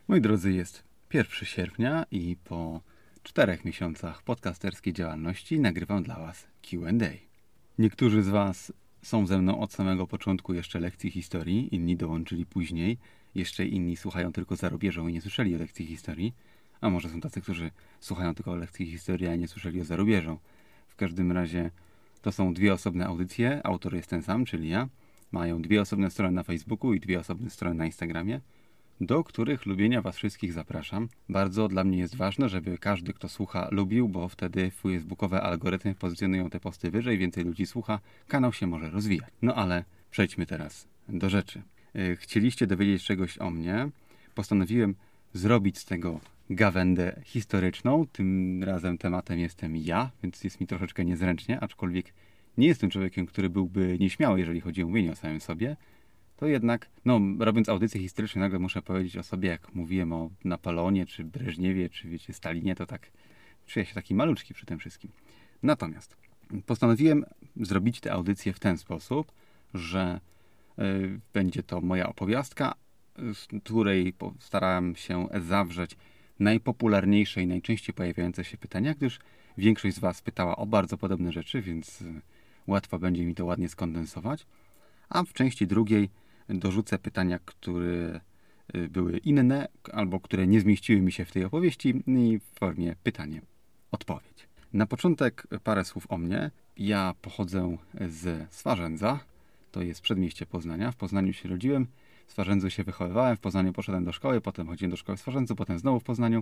Moi drodzy, jest 1 sierpnia i po 4 miesiącach podcasterskiej działalności nagrywam dla Was Q&A. Niektórzy z Was są ze mną od samego początku jeszcze lekcji historii, inni dołączyli później, jeszcze inni słuchają tylko za rubieżą i nie słyszeli o lekcji historii, a może są tacy, którzy słuchają tylko o lekcji historii, a nie słyszeli o za rubieżą. W każdym razie to są dwie osobne audycje, autor jest ten sam, czyli ja. Mają dwie osobne strony na Facebooku i dwie osobne strony na Instagramie, do których lubienia Was wszystkich zapraszam. Bardzo dla mnie jest ważne, żeby każdy, kto słucha, lubił, bo wtedy facebookowe algorytmy pozycjonują te posty wyżej, więcej ludzi słucha, kanał się może rozwijać. No ale przejdźmy teraz do rzeczy. Chcieliście dowiedzieć czegoś o mnie. Postanowiłem zrobić z tego gawędę historyczną. Tym razem tematem jestem ja, więc jest mi troszeczkę niezręcznie, aczkolwiek nie jestem człowiekiem, który byłby nieśmiały, jeżeli chodzi o mówienie o samym sobie. To jednak, robiąc audycję historyczną, nagle muszę powiedzieć o sobie, jak mówiłem o Napoleonie, czy Breżniewie, czy wiecie, Stalinie, to tak czuję się taki maluczki przy tym wszystkim. Natomiast postanowiłem zrobić tę audycję w ten sposób, że będzie to moja opowiastka, z której starałem się zawrzeć najpopularniejsze i najczęściej pojawiające się pytania, gdyż większość z Was pytała o bardzo podobne rzeczy, więc łatwo będzie mi to ładnie skondensować. A w części drugiej dorzucę pytania, które były inne, albo które nie zmieściły mi się w tej opowieści i w formie pytanie-odpowiedź. Na początek parę słów o mnie. Ja pochodzę z Swarzędza, to jest przedmieście Poznania. W Poznaniu się rodziłem, w Swarzędzu się wychowywałem, w Poznaniu poszedłem do szkoły, potem chodziłem do szkoły w Swarzędzu, potem znowu w Poznaniu.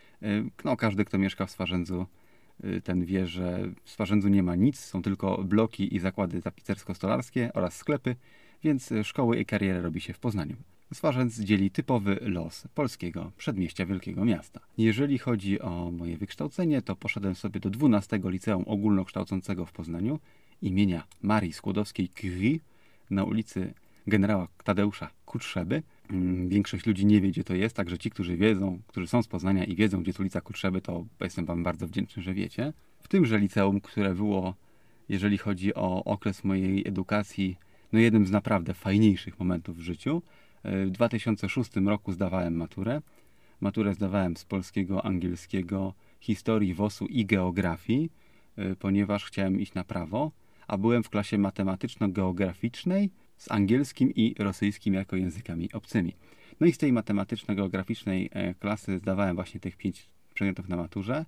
Każdy, kto mieszka w Swarzędzu, ten wie, że w Swarzędzu nie ma nic, są tylko bloki i zakłady tapicersko-stolarskie oraz sklepy, więc szkoły i karierę robi się w Poznaniu. Swarzędz dzieli typowy los polskiego przedmieścia wielkiego miasta. Jeżeli chodzi o moje wykształcenie, to poszedłem sobie do 12 Liceum Ogólnokształcącego w Poznaniu imienia Marii Skłodowskiej-Curie na ulicy generała Tadeusza Kutrzeby. Większość ludzi nie wie, gdzie to jest, także ci, którzy wiedzą, którzy są z Poznania i wiedzą, gdzie jest ulica Kutrzeby, to jestem Wam bardzo wdzięczny, że wiecie. W tymże liceum, które było, jeżeli chodzi o okres mojej edukacji, jednym z naprawdę fajniejszych momentów w życiu. W 2006 roku zdawałem maturę. Maturę zdawałem z polskiego, angielskiego, historii, WOS-u i geografii, ponieważ chciałem iść na prawo, a byłem w klasie matematyczno-geograficznej z angielskim i rosyjskim jako językami obcymi. No i z tej matematyczno-geograficznej klasy zdawałem właśnie tych 5 przedmiotów na maturze.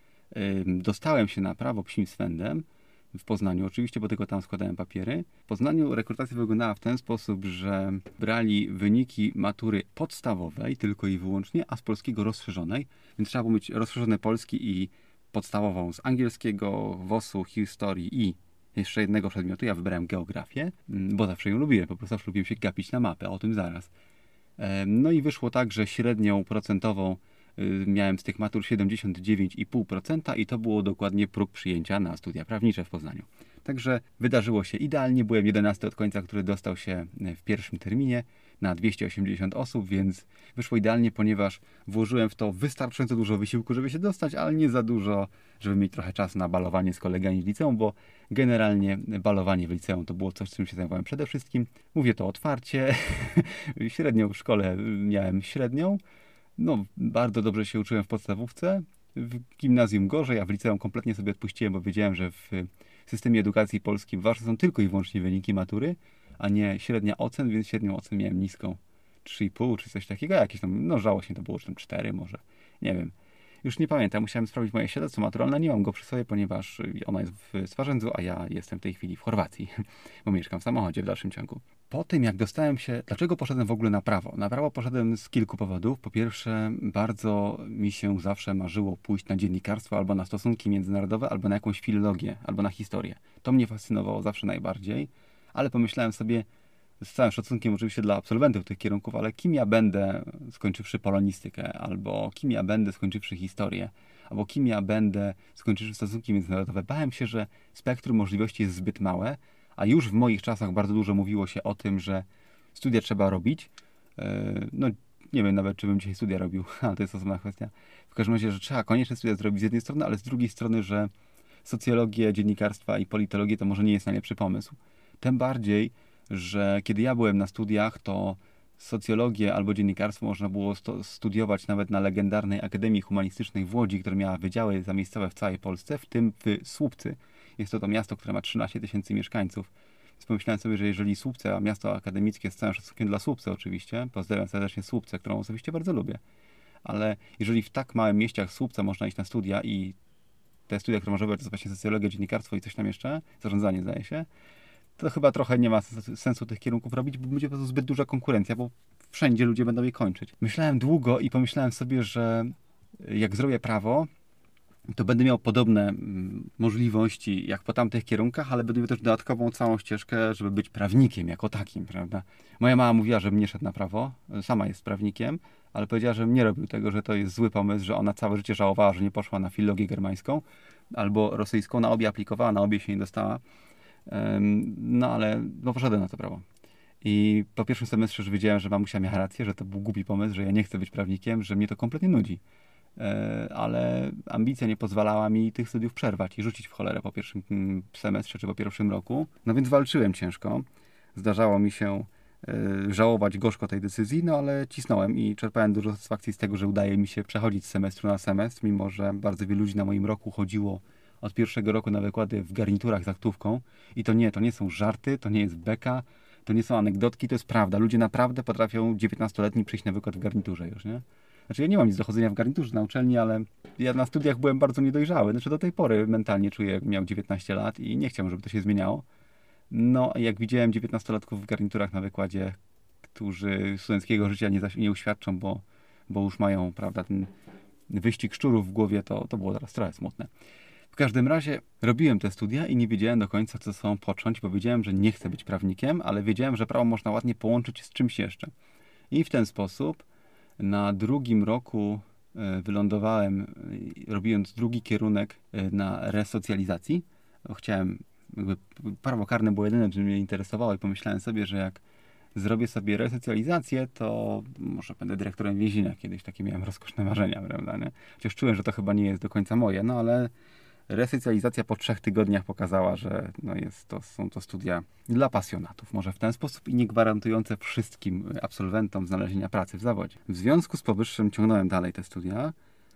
Dostałem się na prawo psim swędem w Poznaniu, oczywiście, bo tylko tam składałem papiery. W Poznaniu rekrutacja wyglądała w ten sposób, że brali wyniki matury podstawowej tylko i wyłącznie, a z polskiego rozszerzonej, więc trzeba było mieć rozszerzone polski i podstawową z angielskiego, WOS-u, historii i jeszcze jednego przedmiotu. Ja wybrałem geografię, bo zawsze ją lubiłem, po prostu zawsze lubiłem się gapić na mapę, o tym zaraz. No i wyszło tak, że średnią procentową miałem z tych matur 79,5% i to było dokładnie próg przyjęcia na studia prawnicze w Poznaniu. Także wydarzyło się idealnie. Byłem 11 od końca, który dostał się w pierwszym terminie na 280 osób, więc wyszło idealnie, ponieważ włożyłem w to wystarczająco dużo wysiłku, żeby się dostać, ale nie za dużo, żeby mieć trochę czasu na balowanie z kolegami w liceum, bo generalnie balowanie w liceum to było coś, czym się zajmowałem przede wszystkim. Mówię to otwarcie. Średnią w szkole miałem średnią. Bardzo dobrze się uczyłem w podstawówce, w gimnazjum gorzej, a w liceum kompletnie sobie odpuściłem, bo wiedziałem, że w systemie edukacji polskim ważne są tylko i wyłącznie wyniki matury, a nie średnia ocen, więc średnią ocen miałem niską, 3,5 czy coś takiego, jakieś tam, żałośnie to było, czy tam 4 może, nie wiem. Już nie pamiętam, musiałem sprawdzić moje świadectwo maturalne, nie mam go przy sobie, ponieważ ono jest w Swarzędzu, a ja jestem w tej chwili w Chorwacji, bo mieszkam w samochodzie w dalszym ciągu. Po tym, jak dostałem się... Dlaczego poszedłem w ogóle na prawo? Na prawo poszedłem z kilku powodów. Po pierwsze, bardzo mi się zawsze marzyło pójść na dziennikarstwo, albo na stosunki międzynarodowe, albo na jakąś filologię, albo na historię. To mnie fascynowało zawsze najbardziej, ale pomyślałem sobie, z całym szacunkiem oczywiście dla absolwentów tych kierunków, ale kim ja będę, skończywszy polonistykę, albo kim ja będę, skończywszy historię, albo kim ja będę, skończywszy stosunki międzynarodowe. Bałem się, że spektrum możliwości jest zbyt małe, a już w moich czasach bardzo dużo mówiło się o tym, że studia trzeba robić. Nie wiem nawet, czy bym dzisiaj studia robił, ale to jest osobna kwestia. W każdym razie, że trzeba koniecznie studia zrobić z jednej strony, ale z drugiej strony, że socjologię, dziennikarstwa i politologię to może nie jest najlepszy pomysł. Tym bardziej, że kiedy ja byłem na studiach, to socjologię albo dziennikarstwo można było studiować nawet na legendarnej Akademii Humanistycznej w Łodzi, która miała wydziały zamiejscowe w całej Polsce, w tym w Słupcy. Jest to miasto, które ma 13 tysięcy mieszkańców. Więc pomyślałem sobie, że jeżeli Słupce, a miasto akademickie, z całym szacunkiem dla Słupcy oczywiście, pozdrawiam serdecznie Słupce, którą osobiście bardzo lubię, ale jeżeli w tak małym mieście jak Słupce można iść na studia i te studia, które może być, to jest właśnie socjologia, dziennikarstwo i coś tam jeszcze, zarządzanie zdaje się, to chyba trochę nie ma sensu tych kierunków robić, bo będzie po prostu zbyt duża konkurencja, bo wszędzie ludzie będą je kończyć. Myślałem długo i pomyślałem sobie, że jak zrobię prawo, to będę miał podobne możliwości jak po tamtych kierunkach, ale będę miał też dodatkową całą ścieżkę, żeby być prawnikiem jako takim, prawda? Moja mama mówiła, żebym nie szedł na prawo, sama jest prawnikiem, ale powiedziała, żebym nie robił tego, że to jest zły pomysł, że ona całe życie żałowała, że nie poszła na filologię germańską albo rosyjską, na obie aplikowała, na obie się nie dostała. No ale poszedłem na to prawo. I po pierwszym semestrze już wiedziałem, że mamusia miała rację, że to był głupi pomysł, że ja nie chcę być prawnikiem, że mnie to kompletnie nudzi. Ale ambicja nie pozwalała mi tych studiów przerwać i rzucić w cholerę po pierwszym semestrze czy po pierwszym roku. No więc walczyłem ciężko. Zdarzało mi się żałować gorzko tej decyzji, no ale cisnąłem i czerpałem dużo satysfakcji z tego, że udaje mi się przechodzić z semestru na semestr, mimo że bardzo wielu ludzi na moim roku chodziło od pierwszego roku na wykłady w garniturach z aktówką. I to nie są żarty, to nie jest beka, to nie są anegdotki, to jest prawda. Ludzie naprawdę potrafią 19-letni przyjść na wykład w garniturze już, nie? Znaczy ja nie mam nic do chodzenia w garniturze na uczelni, ale ja na studiach byłem bardzo niedojrzały. Znaczy do tej pory mentalnie czuję, jak miał 19 lat i nie chciałem, żeby to się zmieniało. No, jak widziałem 19-latków w garniturach na wykładzie, którzy studenckiego życia nie uświadczą, bo już mają, prawda, ten wyścig szczurów w głowie, to było teraz trochę smutne. W każdym razie robiłem te studia i nie wiedziałem do końca, co ze sobą począć, bo wiedziałem, że nie chcę być prawnikiem, ale wiedziałem, że prawo można ładnie połączyć z czymś jeszcze. I w ten sposób na drugim roku wylądowałem, robiąc drugi kierunek na resocjalizacji. Chciałem, prawo karne było jedyne, co mnie interesowało i pomyślałem sobie, że jak zrobię sobie resocjalizację, to może będę dyrektorem więzienia kiedyś. Takie miałem rozkoszne marzenia, prawda, nie? Chociaż czułem, że to chyba nie jest do końca moje, no ale resocjalizacja po 3 tygodniach pokazała, że są to studia dla pasjonatów, może w ten sposób i nie gwarantujące wszystkim absolwentom znalezienia pracy w zawodzie. W związku z powyższym ciągnąłem dalej te studia.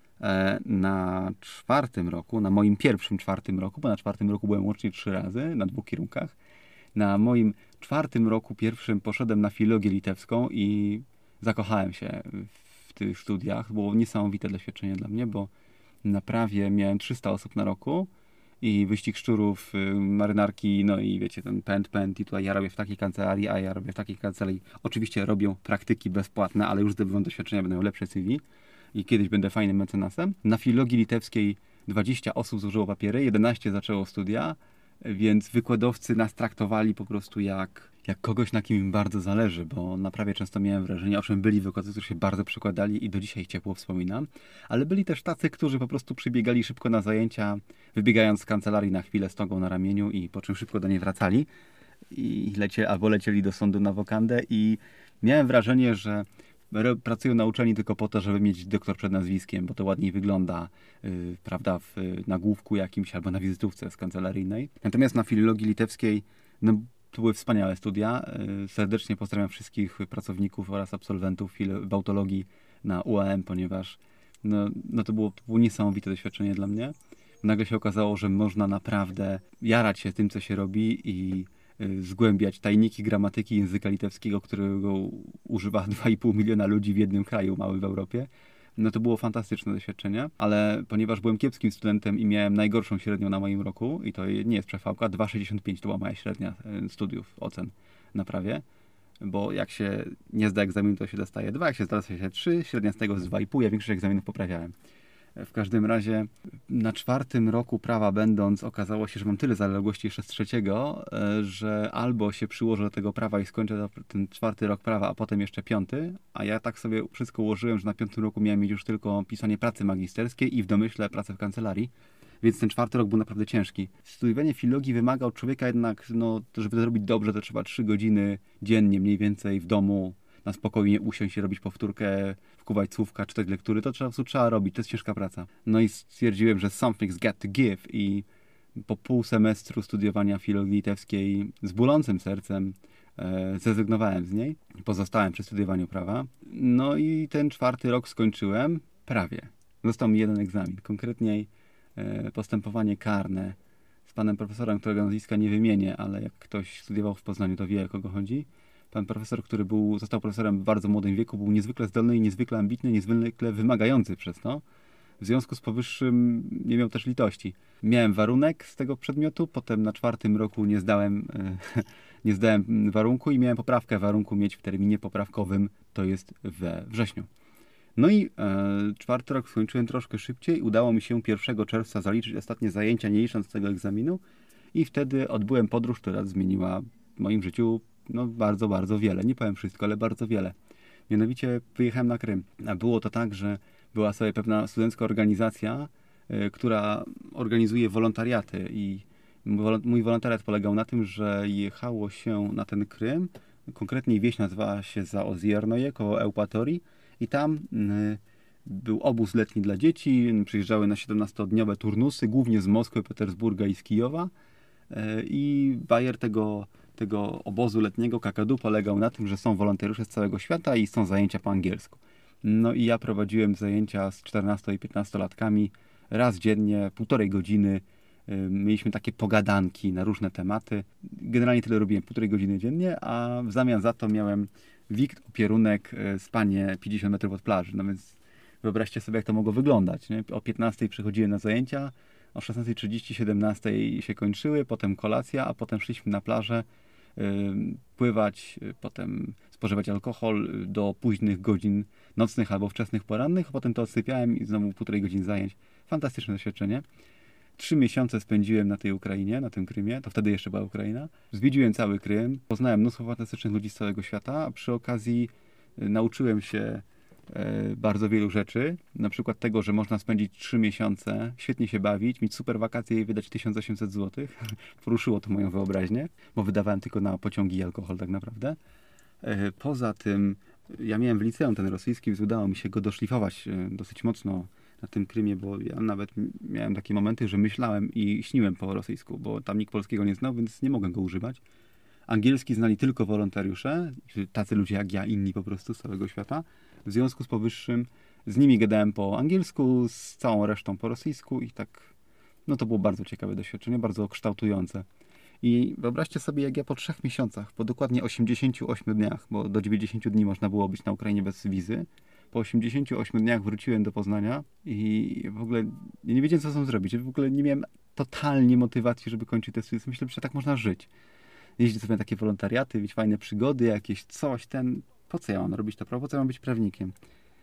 Na 4. roku, na moim pierwszym 4. roku, bo na 4. roku byłem łącznie 3 razy, na 2 kierunkach. Na moim 4. roku pierwszym poszedłem na filologię litewską i zakochałem się w tych studiach. Było niesamowite doświadczenie dla mnie, bo na prawie miałem 300 osób na roku i wyścig szczurów, marynarki, no i wiecie, ten pęd i tutaj ja robię w takiej kancelarii, a ja robię w takiej kancelarii. Oczywiście robią praktyki bezpłatne, ale już zdobywam doświadczenia, będę miał lepsze CV i kiedyś będę fajnym mecenasem. Na filologii litewskiej 20 osób złożyło papiery, 11 zaczęło studia, więc wykładowcy nas traktowali po prostu jak kogoś, na kim im bardzo zależy, bo na prawie często miałem wrażenie, owszem, byli wykładowcy, którzy się bardzo przykładali i do dzisiaj ich ciepło wspominam, ale byli też tacy, którzy po prostu przybiegali szybko na zajęcia, wybiegając z kancelarii na chwilę z togą na ramieniu i po czym szybko do niej wracali i lecieli do sądu na wokandę i miałem wrażenie, że pracują na uczelni tylko po to, żeby mieć doktor przed nazwiskiem, bo to ładniej wygląda, prawda, w nagłówku jakimś albo na wizytówce z kancelaryjnej. Natomiast na filologii litewskiej, no, to były wspaniałe studia. Serdecznie pozdrawiam wszystkich pracowników oraz absolwentów bautologii na UAM, ponieważ to było niesamowite doświadczenie dla mnie. Nagle się okazało, że można naprawdę jarać się tym, co się robi i zgłębiać tajniki gramatyki języka litewskiego, którego używa 2,5 miliona ludzi w jednym kraju, mały w Europie. No to było fantastyczne doświadczenie, ale ponieważ byłem kiepskim studentem i miałem najgorszą średnią na moim roku, i to nie jest przefałka, 2,65 to była moja średnia studiów, ocen na prawie, bo jak się nie zda egzaminu, to się dostaje 2, jak się zda, to się 3, średnia z tego jest 2,5, ja większość egzaminów poprawiałem. W każdym razie na 4. roku prawa będąc, okazało się, że mam tyle zaległości jeszcze z 3, że albo się przyłożę do tego prawa i skończę ten 4. rok prawa, a potem jeszcze 5, a ja tak sobie wszystko ułożyłem, że na 5. roku miałem mieć już tylko pisanie pracy magisterskiej i w domyśle pracę w kancelarii, więc ten 4. rok był naprawdę ciężki. Studiowanie filologii wymaga od człowieka jednak, żeby to zrobić dobrze, to trzeba 3 godziny dziennie mniej więcej w domu, na spokojnie usiąść i robić powtórkę, wkuwać słówka, czytać lektury, to trzeba robić, to jest ciężka praca. No i stwierdziłem, że something's got to give i po pół semestru studiowania filologii litewskiej z bolącym sercem zrezygnowałem z niej. Pozostałem przy studiowaniu prawa. No i ten 4. rok skończyłem prawie. Został mi jeden egzamin. Konkretniej postępowanie karne z panem profesorem, którego nazwiska nie wymienię, ale jak ktoś studiował w Poznaniu, to wie, o kogo chodzi. Pan profesor, który został profesorem w bardzo młodym wieku, był niezwykle zdolny i niezwykle ambitny, niezwykle wymagający przez to. W związku z powyższym nie miał też litości. Miałem warunek z tego przedmiotu, potem na 4. roku nie zdałem warunku i miałem poprawkę warunku mieć w terminie poprawkowym, to jest we wrześniu. No i 4. rok skończyłem troszkę szybciej. Udało mi się 1 czerwca zaliczyć ostatnie zajęcia, nie licząc tego egzaminu. I wtedy odbyłem podróż, która zmieniła w moim życiu bardzo, bardzo wiele. Nie powiem wszystko, ale bardzo wiele. Mianowicie wyjechałem na Krym. A było to tak, że była sobie pewna studencka organizacja, która organizuje wolontariaty. I mój wolontariat polegał na tym, że jechało się na ten Krym. Konkretnie wieś nazywała się Zaoziernoje, koło Eupatorii. I tam był obóz letni dla dzieci. Przyjeżdżały na 17-dniowe turnusy, głównie z Moskwy, Petersburga i z Kijowa. I bajer tego obozu letniego Kakadu polegał na tym, że są wolontariusze z całego świata i są zajęcia po angielsku. No i ja prowadziłem zajęcia z 14- i 15-latkami raz dziennie, 1,5 godziny. Mieliśmy takie pogadanki na różne tematy. Generalnie tyle robiłem, 1,5 godziny dziennie, a w zamian za to miałem wikt, opierunek, spanie 50 metrów od plaży. No więc wyobraźcie sobie, jak to mogło wyglądać. Nie? O 15 przychodziłem na zajęcia, o 16:30, 17 się kończyły, potem kolacja, a potem szliśmy na plażę pływać, potem spożywać alkohol do późnych godzin nocnych albo wczesnych porannych, a potem to odsypiałem i znowu 1,5 godziny zajęć. Fantastyczne doświadczenie. 3 miesiące spędziłem na tej Ukrainie, na tym Krymie, to wtedy jeszcze była Ukraina. Zwiedziłem cały Krym, poznałem mnóstwo fantastycznych ludzi z całego świata, a przy okazji nauczyłem się bardzo wielu rzeczy. Na przykład tego, że można spędzić 3 miesiące, świetnie się bawić, mieć super wakacje i wydać 1800 zł. Poruszyło to moją wyobraźnię, bo wydawałem tylko na pociągi i alkohol tak naprawdę. Poza tym ja miałem w liceum ten rosyjski, więc udało mi się go doszlifować dosyć mocno na tym Krymie, bo ja nawet miałem takie momenty, że myślałem i śniłem po rosyjsku, bo tam nikt polskiego nie znał, więc nie mogłem go używać. Angielski znali tylko wolontariusze, tacy ludzie jak ja, inni po prostu z całego świata. W związku z powyższym z nimi gadałem po angielsku, z całą resztą po rosyjsku i tak, no to było bardzo ciekawe doświadczenie, bardzo kształtujące. I wyobraźcie sobie, jak ja po 3 miesiącach, po dokładnie 88 dniach, bo do 90 dni można było być na Ukrainie bez wizy, po 88 dniach wróciłem do Poznania i w ogóle nie wiedziałem, co z tym zrobić. W ogóle nie miałem totalnie motywacji, żeby kończyć te studia. Myślę, że tak można żyć. Jeździć sobie na takie wolontariaty, mieć fajne przygody, jakieś coś, po co ja mam robić to prawo, po co ja mam być prawnikiem?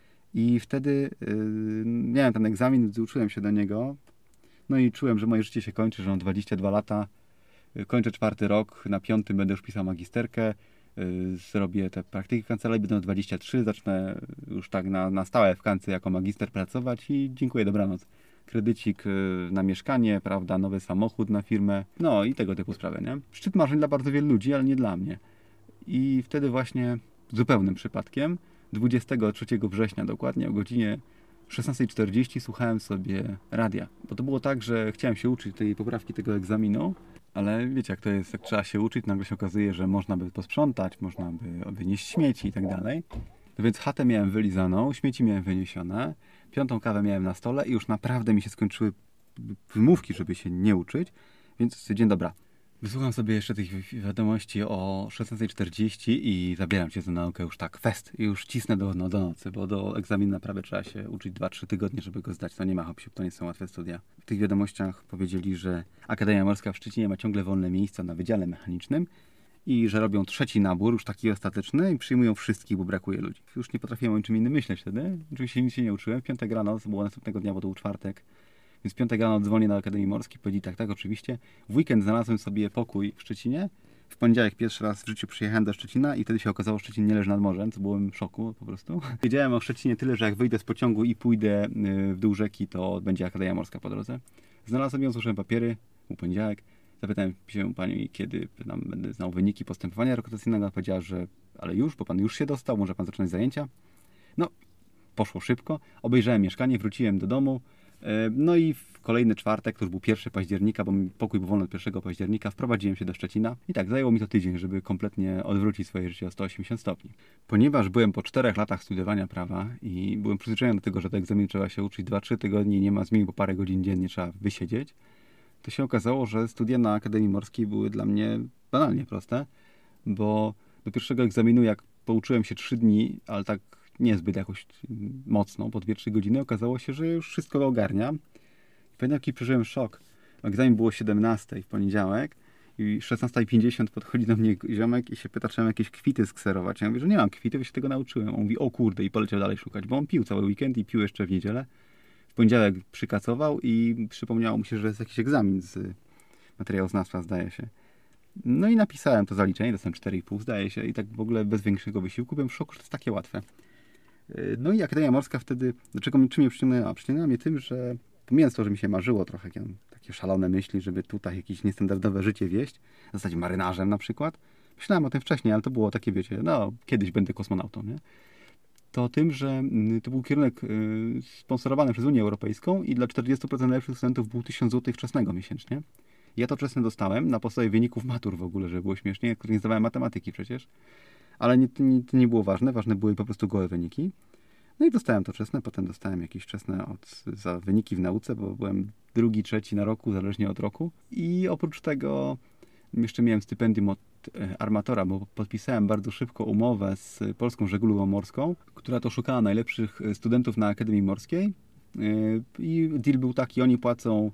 I wtedy miałem ten egzamin, uczyłem się do niego, no i czułem, że moje życie się kończy, że mam 22 lata, kończę 4. rok, na 5. będę już pisał magisterkę, zrobię te praktyki kancelarii, będę 23, zacznę już tak na stałe w kancelarii jako magister pracować i dziękuję, dobranoc. Kredycik na mieszkanie, prawda, nowy samochód na firmę, no i tego typu sprawy, nie? Szczyt marzeń dla bardzo wielu ludzi, ale nie dla mnie. I wtedy właśnie zupełnym przypadkiem 23 września dokładnie o godzinie 16:40 słuchałem sobie radia. Bo to było tak, że chciałem się uczyć tej poprawki tego egzaminu, ale wiecie jak to jest, jak trzeba się uczyć, nagle się okazuje, że można by posprzątać, można by wynieść śmieci i tak dalej. No więc chatę miałem wylizaną, śmieci miałem wyniesione, 5. kawę miałem na stole i już naprawdę mi się skończyły wymówki, żeby się nie uczyć, więc dzień dobra. Wysłucham sobie jeszcze tych wiadomości o 16:40 i zabieram się za naukę już tak, fest. I już cisnę do nocy, bo do egzaminu naprawdę trzeba się uczyć 2-3 tygodnie, żeby go zdać. To nie ma hopsiu, to nie są łatwe studia. W tych wiadomościach powiedzieli, że Akademia Morska w Szczecinie ma ciągle wolne miejsca na Wydziale Mechanicznym i że robią 3. nabór, już taki ostateczny i przyjmują wszystkich, bo brakuje ludzi. Już nie potrafiłem o niczym innym myśleć wtedy. Oczywiście nic się nie uczyłem. 5 rano, to było następnego dnia, bo to był czwartek. Więc 5 rano dzwonię do Akademii Morskiej, powiedzieli tak, oczywiście. W weekend znalazłem sobie pokój w Szczecinie. W poniedziałek pierwszy raz w życiu przyjechałem do Szczecina i wtedy się okazało, że Szczecin nie leży nad morzem, co byłem w szoku po prostu. Wiedziałem o Szczecinie tyle, że jak wyjdę z pociągu i pójdę w dół rzeki, to będzie Akademia Morska po drodze. Znalazłem ją, złożyłem papiery, był poniedziałek. Zapytałem się pani, kiedy będę znał wyniki postępowania rekrutacyjnego. Powiedziała, że ale już, bo pan już się dostał, może pan zacząć zajęcia. No, poszło szybko. Obejrzałem mieszkanie, wróciłem do domu. No i w kolejny czwartek, to już był 1 października, bo mi pokój był wolny od 1 października, wprowadziłem się do Szczecina i tak, zajęło mi to tydzień, żeby kompletnie odwrócić swoje życie o 180 stopni. Ponieważ byłem po 4 latach studiowania prawa i byłem przyzwyczajony do tego, że te egzaminy trzeba się uczyć 2-3 tygodnie, nie ma zmian, po parę godzin dziennie trzeba wysiedzieć, to się okazało, że studia na Akademii Morskiej były dla mnie banalnie proste, bo do pierwszego egzaminu, jak pouczyłem się 3 dni, ale tak niezbyt jakoś mocno, po 2-3 godziny, okazało się, że już wszystko ogarniam. Pamiętam, jaki przeżyłem szok. Egzamin było o 17 w poniedziałek i 16:50 podchodzi do mnie ziomek i się pyta, czy mam jakieś kwity skserować. Ja mówię, że nie mam kwitów, ja się tego nauczyłem. On mówi, o kurde, i poleciał dalej szukać, bo on pił cały weekend i pił jeszcze w niedzielę. W poniedziałek przykacował i przypomniało mu się, że jest jakiś egzamin z materiałoznawstwa, zdaje się. No i napisałem to zaliczenie, dostałem 4,5, zdaje się, i tak w ogóle bez większego wysiłku. Byłem w szoku, że to jest takie łatwe. No i Akademia Morska wtedy, czym mnie przyciągnęła? Przyciągnęła mnie tym, że pomijając to, że mi się marzyło trochę, takie szalone myśli, żeby tutaj jakieś niestandardowe życie wieść, zostać marynarzem na przykład. Myślałem o tym wcześniej, ale to było takie, wiecie, no kiedyś będę kosmonautą, nie? To tym, że to był kierunek sponsorowany przez Unię Europejską i dla 40% lepszych studentów był 1000 zł czesnego miesięcznie. Ja to czesne dostałem na podstawie wyników matur w ogóle, żeby było śmiesznie, które nie zdawałem matematyki przecież. Ale to nie było ważne, ważne były po prostu gołe wyniki. No i dostałem to czesne, potem dostałem jakieś czesne za wyniki w nauce, bo byłem 2., 3. na roku, zależnie od roku. I oprócz tego jeszcze miałem stypendium od armatora, bo podpisałem bardzo szybko umowę z Polską Żeglugą Morską, która to szukała najlepszych studentów na Akademii Morskiej. I deal był taki, oni płacą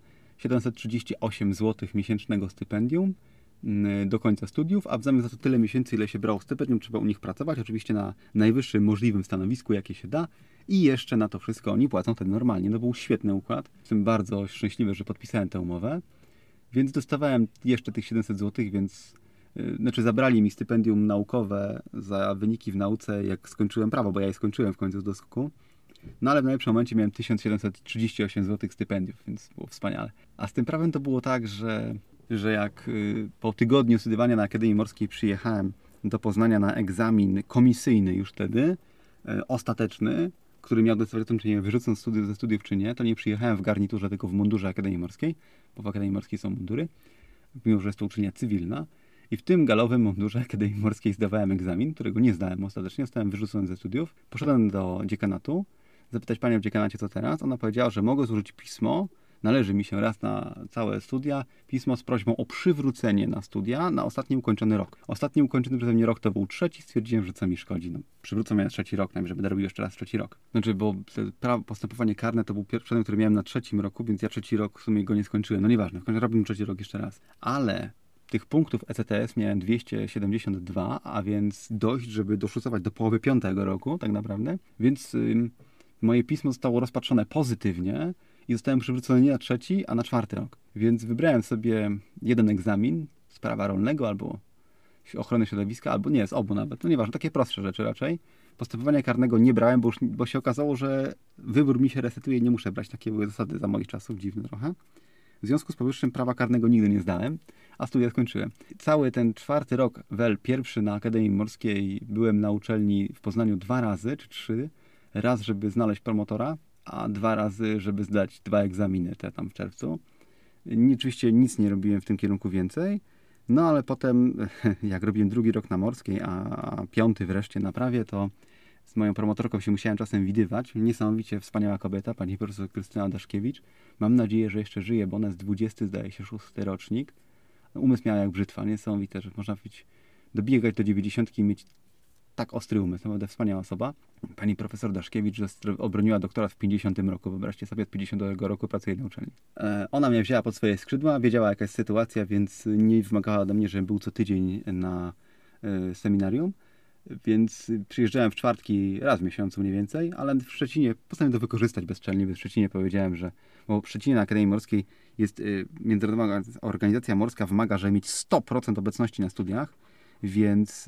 738 zł miesięcznego stypendium do końca studiów, a w zamian za to tyle miesięcy, ile się brało stypendium, trzeba u nich pracować, oczywiście na najwyższym możliwym stanowisku, jakie się da, i jeszcze na to wszystko oni płacą wtedy normalnie. No był świetny układ. Jestem bardzo szczęśliwy, że podpisałem tę umowę, więc dostawałem jeszcze tych 700 zł, więc zabrali mi stypendium naukowe za wyniki w nauce, jak skończyłem prawo, bo ja je skończyłem w końcu z doskoku. No ale w najlepszym momencie miałem 1738 zł stypendiów, więc było wspaniale. A z tym prawem to było tak, że jak po tygodniu studiowania na Akademii Morskiej przyjechałem do Poznania na egzamin komisyjny już wtedy, ostateczny, który miał decydować o tym, czy nie wyrzucę ze studiów, czy nie, to nie przyjechałem w garniturze, tylko w mundurze Akademii Morskiej, bo w Akademii Morskiej są mundury, mimo że jest to uczelnia cywilna. I w tym galowym mundurze Akademii Morskiej zdawałem egzamin, którego nie zdałem ostatecznie, zostałem wyrzucony ze studiów. Poszedłem do dziekanatu, zapytać panią w dziekanacie, co teraz. Ona powiedziała, że mogę złożyć pismo, należy mi się raz na całe studia, pismo z prośbą o przywrócenie na studia na ostatni ukończony rok. Ostatni ukończony przeze mnie rok to był 3, stwierdziłem, że co mi szkodzi. No, przywrócą mnie na 3. rok, najmniej, że będę robił jeszcze raz 3. rok. Bo postępowanie karne to był przedmiot, który miałem na 3. roku, więc ja 3. rok w sumie go nie skończyłem. No nieważne, w końcu robię 3. rok jeszcze raz. Ale tych punktów ECTS miałem 272, a więc dość, żeby doszusować do połowy 5. roku, tak naprawdę. Więc moje pismo zostało rozpatrzone pozytywnie i zostałem przywrócony nie na 3., a na 4. rok. Więc wybrałem sobie jeden egzamin z prawa rolnego albo ochrony środowiska, albo nie, z obu nawet. No nieważne, takie prostsze rzeczy raczej. Postępowania karnego nie brałem, bo się okazało, że wybór mi się resetuje i nie muszę brać. Takie były zasady za moich czasów, dziwne trochę. W związku z powyższym prawa karnego nigdy nie zdałem, a studia skończyłem. Cały ten 4. rok, pierwszy na Akademii Morskiej, byłem na uczelni w Poznaniu 2 razy, czy 3. Raz, żeby znaleźć promotora, a 2 razy, żeby zdać 2 egzaminy te tam w czerwcu. Oczywiście nic nie robiłem w tym kierunku więcej, no ale potem, jak robiłem 2. rok na Morskiej, a 5. wreszcie na prawie, to z moją promotorką się musiałem czasem widywać. Niesamowicie wspaniała kobieta, pani profesor Krystyna Daszkiewicz. Mam nadzieję, że jeszcze żyje, bo ona jest 20, zdaje się, 6. rocznik. Umysł miała jak brzytwa, niesamowite, że można dobiegać do 90 i mieć tak ostry umysł, naprawdę wspaniała osoba. Pani profesor Daszkiewicz obroniła doktorat w 50 roku, wyobraźcie sobie, od 50 roku pracuje na uczelni. Ona mnie wzięła pod swoje skrzydła, wiedziała jaka jest sytuacja, więc nie wymagała ode mnie, żebym był co tydzień na seminarium. Więc przyjeżdżałem w czwartki raz w miesiącu mniej więcej, ale w Szczecinie postanowiłem to wykorzystać bezczelnie, bo w Szczecinie powiedziałem, bo w Szczecinie na Akademii Morskiej jest Międzynarodowa Organizacja Morska wymaga, żeby mieć 100% obecności na studiach, więc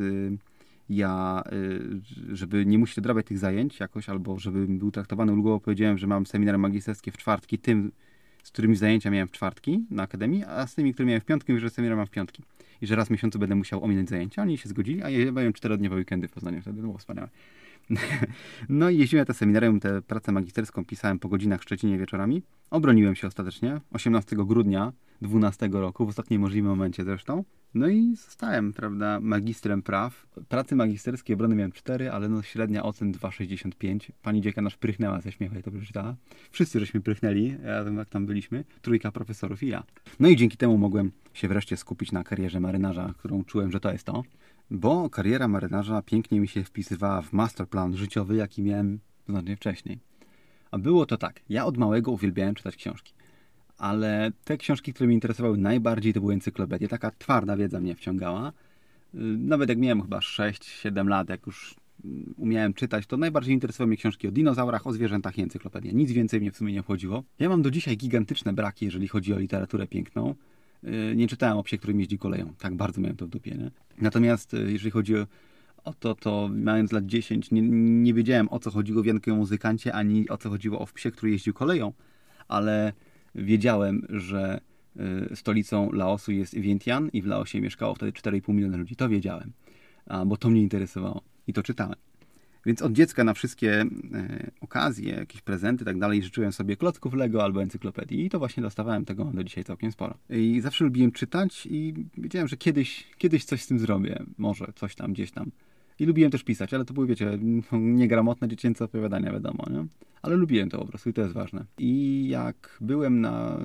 ja, żeby nie musieć odrabiać tych zajęć jakoś, albo żebym był traktowany ulgowo, powiedziałem, że mam seminarium magisterskie w czwartki, tym, z którymi zajęcia miałem w czwartki na Akademii, a z tymi, które miałem w piątki, mówię, że seminarium mam w piątki. I że raz w miesiącu będę musiał ominąć zajęcia. Oni się zgodzili, a ja miałem 4-dniowe weekendy w Poznaniu, wtedy było wspaniałe. No i jeździłem na te seminarium, tę pracę magisterską pisałem po godzinach w Szczecinie wieczorami. Obroniłem się ostatecznie 18 grudnia 12 roku, w ostatnim możliwym momencie zresztą. No i zostałem, prawda, magistrem praw. Pracy magisterskiej obrony miałem 4, ale no średnia ocen 2,65. Pani dziekan aż prychnęła ze śmiechu, jak to przeczytała. Wszyscy żeśmy prychnęli, jak tam byliśmy. Trójka profesorów i ja. No i dzięki temu mogłem się wreszcie skupić na karierze marynarza, którą czułem, że to jest to. Bo kariera marynarza pięknie mi się wpisywała w masterplan życiowy, jaki miałem znacznie wcześniej. A było to tak, ja od małego uwielbiałem czytać książki. Ale te książki, które mnie interesowały najbardziej, to były encyklopedie. Taka twarda wiedza mnie wciągała. Nawet jak miałem chyba 6-7 lat, jak już umiałem czytać, to najbardziej interesowały mnie książki o dinozaurach, o zwierzętach i encyklopedie. Nic więcej mnie w sumie nie obchodziło. Ja mam do dzisiaj gigantyczne braki, jeżeli chodzi o literaturę piękną. Nie czytałem o psie, który jeździ koleją. Tak bardzo miałem to w dupie, nie? Natomiast jeżeli chodzi o to mając lat 10, nie wiedziałem, o co chodziło w Janku Muzykancie, ani o co chodziło o psie, który jeździł koleją. Ale wiedziałem, że stolicą Laosu jest Vientiane i w Laosie mieszkało wtedy 4,5 miliona ludzi. To wiedziałem, bo to mnie interesowało i to czytałem. Więc od dziecka na wszystkie okazje, jakieś prezenty i tak dalej życzyłem sobie klocków Lego albo encyklopedii i to właśnie dostawałem tego do dzisiaj całkiem sporo. I zawsze lubiłem czytać i wiedziałem, że kiedyś coś z tym zrobię. Może coś tam, gdzieś tam. I lubiłem też pisać, ale to były, wiecie, niegramotne dziecięce opowiadania, wiadomo, nie? Ale lubiłem to po prostu i to jest ważne. I jak byłem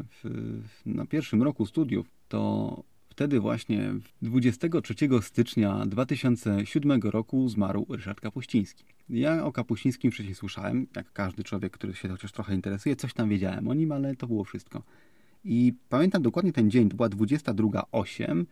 na pierwszym roku studiów, to wtedy właśnie 23 stycznia 2007 roku zmarł Ryszard Kapuściński. Ja o Kapuścińskim wcześniej słyszałem, jak każdy człowiek, który się chociaż trochę interesuje, coś tam wiedziałem o nim, ale to było wszystko. I pamiętam dokładnie ten dzień, to była 22:08.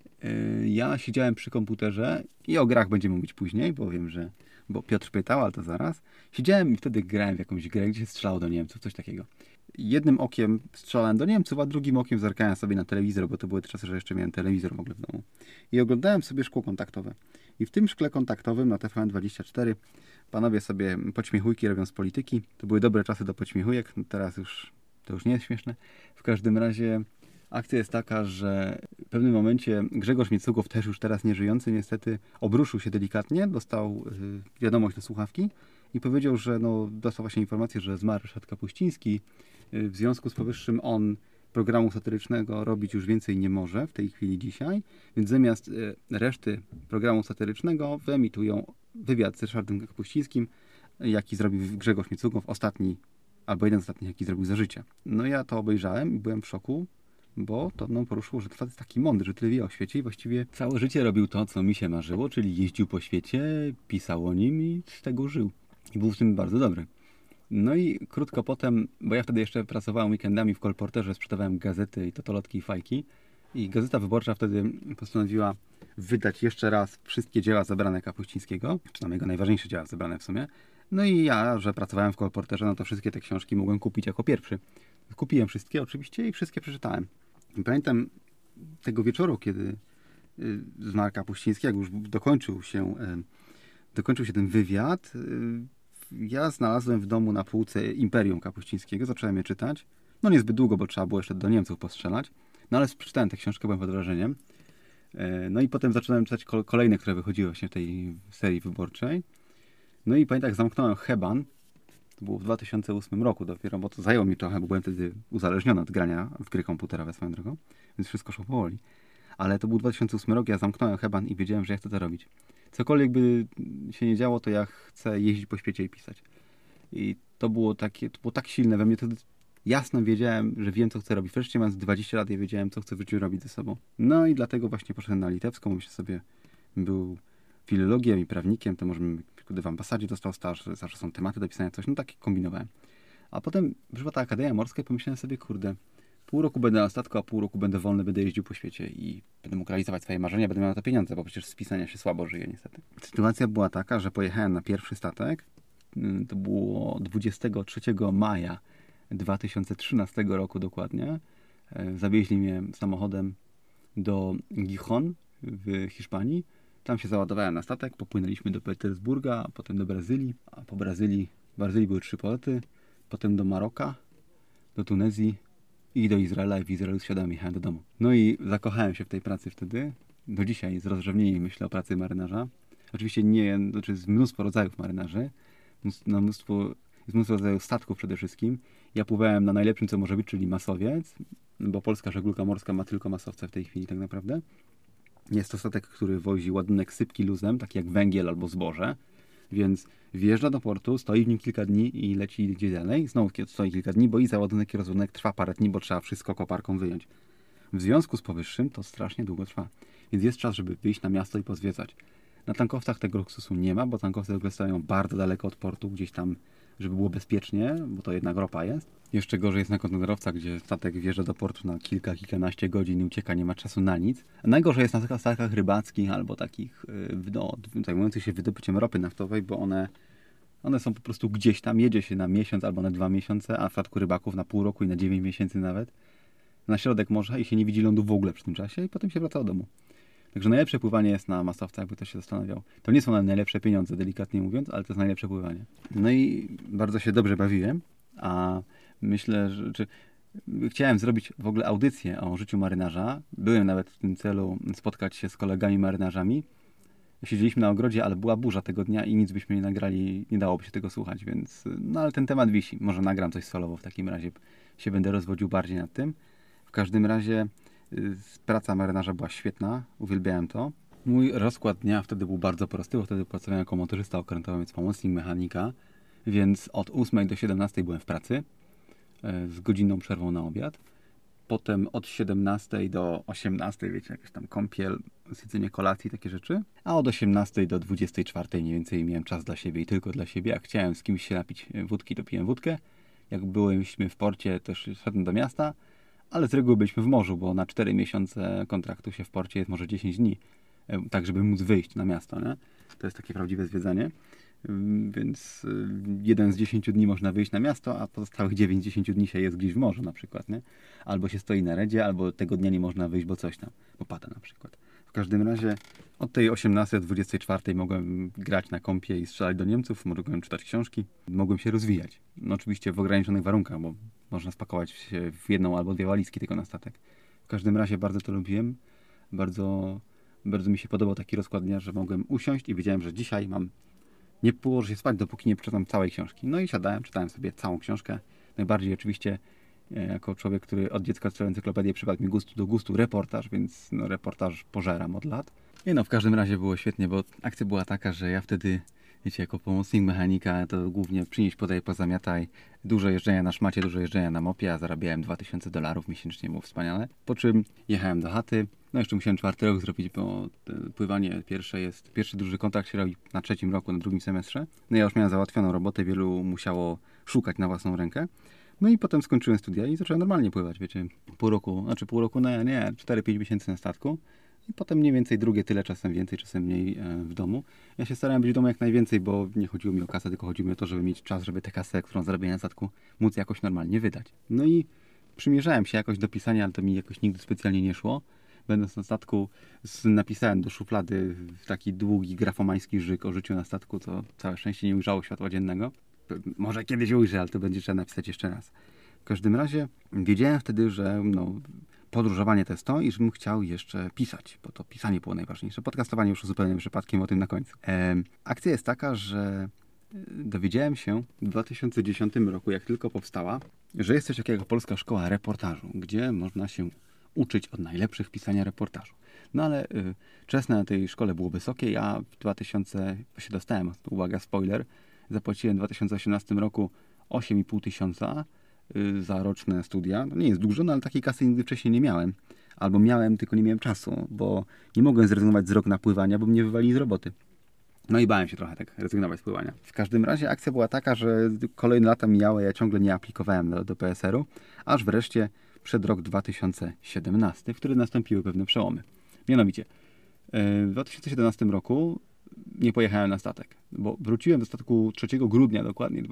Ja siedziałem przy komputerze i o grach będziemy mówić później, bo wiem, bo Piotr pytał, ale to zaraz. Siedziałem i wtedy grałem w jakąś grę, gdzie się strzelało do Niemców, coś takiego. Jednym okiem strzelałem do Niemców, a drugim okiem zerkałem sobie na telewizor, bo to były te czasy, że jeszcze miałem telewizor w ogóle w domu. I oglądałem sobie szkło kontaktowe. I w tym szkle kontaktowym na TVN24 panowie sobie podśmiechujki robią z polityki. To były dobre czasy do podśmiechujek, teraz już to już nie jest śmieszne. W każdym razie akcja jest taka, że w pewnym momencie Grzegorz Miecugow, też już teraz nieżyjący niestety, obruszył się delikatnie, dostał wiadomość do słuchawki i powiedział, że dostał właśnie informację, że zmarł Ryszard Kapuściński. W związku z powyższym on programu satyrycznego robić już więcej nie może w tej chwili dzisiaj, więc zamiast reszty programu satyrycznego wyemitują wywiad z Ryszardem Kapuścińskim, jaki zrobił Grzegorz Miecugow, ostatni, albo jeden z ostatnich, jaki zrobił za życia. No ja to obejrzałem i byłem w szoku, bo to mną poruszyło, że facet jest taki mądry, że tyle wie o świecie i właściwie całe życie robił to, co mi się marzyło, czyli jeździł po świecie, pisał o nim i z tego żył. I był w tym bardzo dobry. No i krótko potem, bo ja wtedy jeszcze pracowałem weekendami w kolporterze, sprzedawałem gazety i totolotki i fajki. I Gazeta Wyborcza wtedy postanowiła wydać jeszcze raz wszystkie dzieła zebrane Kapuścińskiego, czy tam jego najważniejsze dzieła zebrane w sumie. No i ja, że pracowałem w kolporterze, no to wszystkie te książki mogłem kupić jako pierwszy. Kupiłem wszystkie oczywiście i wszystkie przeczytałem. I pamiętam tego wieczoru, kiedy zmarł Kapuściński, jak już dokończył się ten wywiad, ja znalazłem w domu na półce Imperium Kapuścińskiego, zacząłem je czytać. No niezbyt długo, bo trzeba było jeszcze do Niemców postrzelać. No ale przeczytałem tę książkę, byłem pod wrażeniem. No i potem zacząłem czytać kolejne, które wychodziły właśnie w tej serii wyborczej. No i pamiętam, jak zamknąłem Heban, to było w 2008 roku dopiero, bo to zajęło mi trochę, bo byłem wtedy uzależniony od grania w gry komputerowe swoją drogą, więc wszystko szło powoli. Ale to był 2008 rok, ja zamknąłem Heban i wiedziałem, że ja chcę to robić. Cokolwiek by się nie działo, to ja chcę jeździć po świecie i pisać. I to było tak silne we mnie, to jasno wiedziałem, że wiem, co chcę robić. Wreszcie mając 20 lat, ja wiedziałem, co chcę w życiu robić ze sobą. No i dlatego właśnie poszedłem na litewską, myślę sobie, był filologiem i prawnikiem, to może gdy w ambasadzie dostał staż, zawsze są tematy do pisania, coś, no tak kombinowałem. A potem przyszła ta Akademia Morska i pomyślałem sobie, kurde, pół roku będę na statku, a pół roku będę wolny, będę jeździł po świecie i będę mógł realizować swoje marzenia, będę miał na to pieniądze, bo przecież z pisania się słabo żyje niestety. Sytuacja była taka, że pojechałem na pierwszy statek, to było 23 maja 2013 roku dokładnie. Zawieźli mnie samochodem do Gijón w Hiszpanii. Tam się załadowałem na statek, popłynęliśmy do Petersburga, a potem do Brazylii, a po Brazylii były 3 porty, potem do Maroka, do Tunezji i do Izraela i w Izraelu zsiadałem i jechałem do domu. No i zakochałem się w tej pracy wtedy. Do dzisiaj z rozrzewnieniem myślę o pracy marynarza, Oczywiście nie, znaczy jest mnóstwo rodzajów marynarzy, jest mnóstwo rodzajów statków przede wszystkim. Ja pływałem na najlepszym, co może być, czyli masowiec, bo polska żegluga morska ma tylko masowce w tej chwili tak naprawdę. Jest to statek, który wozi ładunek sypki luzem, taki jak węgiel albo zboże, więc wjeżdża do portu, stoi w nim kilka dni i leci gdzieś dalej. Znowu stoi kilka dni, bo i załadunek i rozładunek trwa parę dni, bo trzeba wszystko koparką wyjąć. W związku z powyższym to strasznie długo trwa. Więc jest czas, żeby wyjść na miasto i pozwiedzać. Na tankowcach tego luksusu nie ma, bo tankowce zwykle stoją bardzo daleko od portu, gdzieś tam, żeby było bezpiecznie, bo to jednak ropa jest. Jeszcze gorzej jest na kontenerowcach, gdzie statek wjeżdża do portu na kilkanaście godzin i ucieka, nie ma czasu na nic. A najgorzej jest na statkach rybackich albo takich zajmujących się wydobyciem ropy naftowej, bo one są po prostu gdzieś tam, jedzie się na miesiąc albo na 2 miesiące, a w przypadku rybaków na pół roku i na 9 miesięcy nawet, na środek morza i się nie widzi lądu w ogóle przy tym czasie i potem się wraca do domu. Także najlepsze pływanie jest na masowcach, jakby ktoś się zastanawiał. To nie są najlepsze pieniądze, delikatnie mówiąc, ale to jest najlepsze pływanie. No i bardzo się dobrze bawiłem, a myślę, że chciałem zrobić w ogóle audycję o życiu marynarza. Byłem nawet w tym celu spotkać się z kolegami marynarzami. Siedzieliśmy na ogrodzie, ale była burza tego dnia i nic byśmy nie nagrali, nie dałoby się tego słuchać, więc no ale ten temat wisi. Może nagram coś solowo, w takim razie się będę rozwodził bardziej nad tym. W każdym razie praca marynarza była świetna, uwielbiałem to. Mój rozkład dnia wtedy był bardzo prosty, bo wtedy pracowałem jako motorzysta okrętowy, więc pomocnik mechanika, więc od 8 do 17 byłem w pracy z godzinną przerwą na obiad. Potem od 17 do 18, wiecie, jakaś tam kąpiel, zjedzenie kolacji, takie rzeczy. A od 18 do 24 mniej więcej miałem czas dla siebie i tylko dla siebie. Jak chciałem z kimś się napić wódki, to piłem wódkę. Jak byliśmy w porcie, też szedłem do miasta. Ale z reguły byliśmy w morzu, bo na 4 miesiące kontraktu się w porcie jest może 10 dni. Tak, żeby móc wyjść na miasto, nie? To jest takie prawdziwe zwiedzanie. Więc jeden z 10 dni można wyjść na miasto, a pozostałych 9 z 10 dni się jest gdzieś w morzu na przykład, nie? Albo się stoi na redzie, albo tego dnia nie można wyjść, bo coś tam, bo pada na przykład. W każdym razie od tej 18 do 24 mogłem grać na kompie i strzelać do Niemców, mogłem czytać książki, mogłem się rozwijać. No oczywiście w ograniczonych warunkach, bo można spakować się w jedną albo dwie walizki tylko na statek. W każdym razie bardzo to lubiłem, bardzo mi się podobał taki rozkład dnia, że mogłem usiąść i wiedziałem, że dzisiaj mam nie położę się spać, dopóki nie przeczytam całej książki. No i siadałem, czytałem sobie całą książkę. Najbardziej oczywiście jako człowiek, który od dziecka czytał encyklopedię, przypadł mi do gustu reportaż, więc no, reportaż pożeram od lat. I no w każdym razie było świetnie, bo akcja była taka, że ja wtedy, wiecie, jako pomocnik mechanika, to głównie przynieść, podaj, pozamiataj, dużo jeżdżenia na szmacie, dużo jeżdżenia na mopie, a zarabiałem $2000 miesięcznie, było wspaniale. Po czym jechałem do chaty, no jeszcze musiałem 4. rok zrobić, bo pływanie pierwszy duży kontrakt się robi na 3. roku, na 2. semestrze. No ja już miałem załatwioną robotę, wielu musiało szukać na własną rękę. No i potem skończyłem studia i zacząłem normalnie pływać, wiecie, pół roku, no nie, 4-5 miesięcy na statku. I potem mniej więcej drugie tyle, czasem więcej, czasem mniej w domu. Ja się starałem być w domu jak najwięcej, bo nie chodziło mi o kasę, tylko chodziło mi o to, żeby mieć czas, żeby tę kasę, którą zarabiałem na statku, móc jakoś normalnie wydać. No i przymierzałem się jakoś do pisania, ale to mi jakoś nigdy specjalnie nie szło. Będąc na statku, napisałem do szuflady taki długi, grafomański żyk o życiu na statku, co całe szczęście nie ujrzało światła dziennego. Może kiedyś ujrzę, ale to będzie trzeba napisać jeszcze raz. W każdym razie wiedziałem wtedy, że podróżowanie to jest to i żebym chciał jeszcze pisać, bo to pisanie było najważniejsze. Podcastowanie już zupełnym przypadkiem, o tym na końcu. Akcja jest taka, że dowiedziałem się w 2010 roku, jak tylko powstała, że jest coś takiego jak Polska Szkoła Reportażu, gdzie można się uczyć od najlepszych pisania reportażu. No ale czas na tej szkole było wysokie. Ja w 2000 się dostałem, uwaga, spoiler, zapłaciłem w 2018 roku 8,5 tysiąca za roczne studia. To nie jest dużo, no ale takiej kasy nigdy wcześniej nie miałem. Albo miałem, tylko nie miałem czasu, bo nie mogłem zrezygnować z rok na pływania, bo mnie wywalili z roboty. No i bałem się trochę tak rezygnować z pływania. W każdym razie akcja była taka, że kolejne lata mijały, ja ciągle nie aplikowałem do PSR-u, aż wreszcie przed rok 2017, w którym nastąpiły pewne przełomy. Mianowicie, w 2017 roku nie pojechałem na statek, bo wróciłem do statku 3 grudnia dokładnie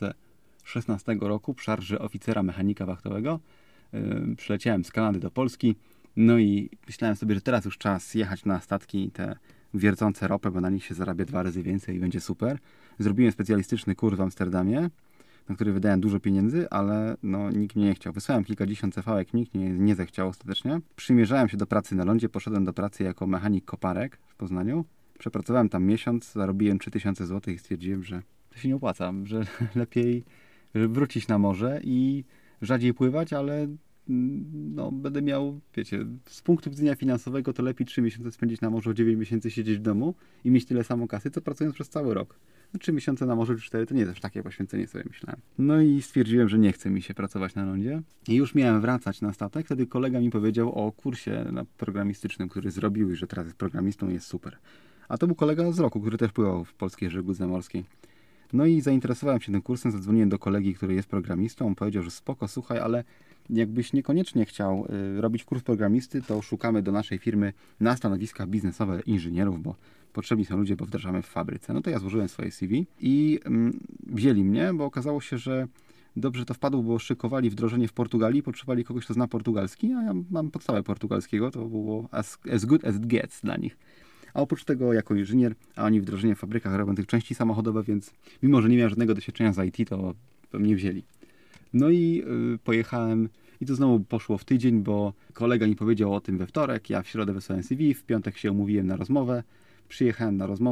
2016 roku w szarży oficera mechanika wachtowego. Przyleciałem z Kanady do Polski, no i myślałem sobie, że teraz już czas jechać na statki te wiercące ropę, bo na nich się zarabia 2 razy więcej i będzie super. Zrobiłem specjalistyczny kurs w Amsterdamie, na który wydałem dużo pieniędzy, ale no, nikt mnie nie chciał. Wysłałem kilkadziesiąt CV-ek, nikt nie zechciał ostatecznie. Przymierzałem się do pracy na lądzie, poszedłem do pracy jako mechanik koparek w Poznaniu Przepracowałem tam miesiąc, zarobiłem 3000 zł i stwierdziłem, że to się nie opłaca, że lepiej wrócić na morze i rzadziej pływać, ale no, będę miał, wiecie, z punktu widzenia finansowego to lepiej 3 miesiące spędzić na morzu, 9 miesięcy siedzieć w domu i mieć tyle samo kasy, co pracując przez cały rok. No, 3 miesiące na morzu czy 4 to nie jest aż takie poświęcenie, sobie myślałem. No i stwierdziłem, że nie chce mi się pracować na lądzie. I już miałem wracać na statek, wtedy kolega mi powiedział o kursie programistycznym, który zrobił i że teraz jest programistą i jest super. A to był kolega z roku, który też pływał w polskiej żegludze morskiej. No i zainteresowałem się tym kursem, zadzwoniłem do kolegi, który jest programistą. On powiedział, że spoko, słuchaj, ale jakbyś niekoniecznie chciał robić kurs programisty, to szukamy do naszej firmy na stanowiska biznesowe inżynierów, bo potrzebni są ludzie, bo wdrażamy w fabryce. No to ja złożyłem swoje CV i wzięli mnie, bo okazało się, że dobrze to wpadło, bo szykowali wdrożenie w Portugalii, potrzebowali kogoś, kto zna portugalski, a ja mam podstawę portugalskiego, to było as good as it gets dla nich. A oprócz tego jako inżynier, a oni wdrożenie w fabrykach robią tych części samochodowe, więc mimo, że nie miałem żadnego doświadczenia z IT, to mnie wzięli. No i pojechałem i to znowu poszło w tydzień, bo kolega mi powiedział o tym we wtorek, ja w środę wysłałem CV, w piątek się umówiłem na rozmowę, przyjechałem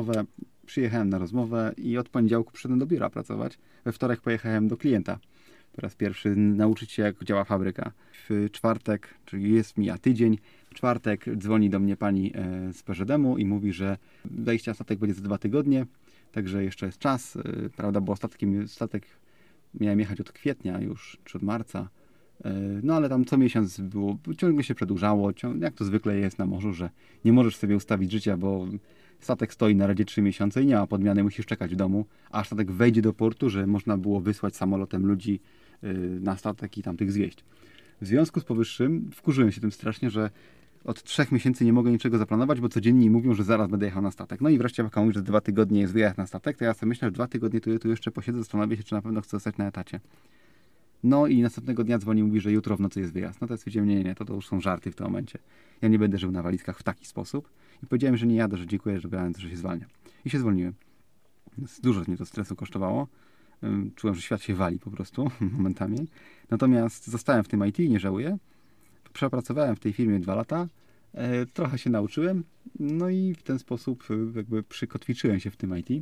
na rozmowę i od poniedziałku przyszedłem do biura pracować. We wtorek pojechałem do klienta. Po raz pierwszy nauczyć się, jak działa fabryka. W czwartek, czyli mija tydzień, w czwartek dzwoni do mnie pani z PŻD-u i mówi, że wejście na statek będzie za 2 tygodnie, także jeszcze jest czas, prawda, bo statek miałem jechać od kwietnia już, czy od marca, no ale tam co miesiąc było, ciągle się przedłużało, jak to zwykle jest na morzu, że nie możesz sobie ustawić życia, bo statek stoi na radzie 3 miesiące i nie ma podmiany, musisz czekać w domu, aż statek wejdzie do portu, że można było wysłać samolotem ludzi na statek i tam tych zwieźć. W związku z powyższym wkurzyłem się tym strasznie, że od 3 miesięcy nie mogę niczego zaplanować, bo codziennie mówią, że zaraz będę jechał na statek. No i wreszcie jak mówi, że 2 tygodnie jest wyjazd na statek, to ja sobie myślę, że 2 tygodnie tu jeszcze posiedzę, zastanowię się, czy na pewno chcę zostać na etacie. No i następnego dnia dzwoni i mówi, że jutro w nocy jest wyjazd. No to ja stwierdziłem, nie, to już są żarty w tym momencie. Ja nie będę żył na walizkach w taki sposób. I powiedziałem, że nie jadę, że dziękuję, że się zwalnia. I się zwolniłem. Dużo mnie to stresu kosztowało. Czułem, że świat się wali po prostu momentami. Natomiast zostałem w tym IT i nie żałuję. Przepracowałem w tej firmie 2 lata. Trochę się nauczyłem. No i w ten sposób jakby przykotwiczyłem się w tym IT.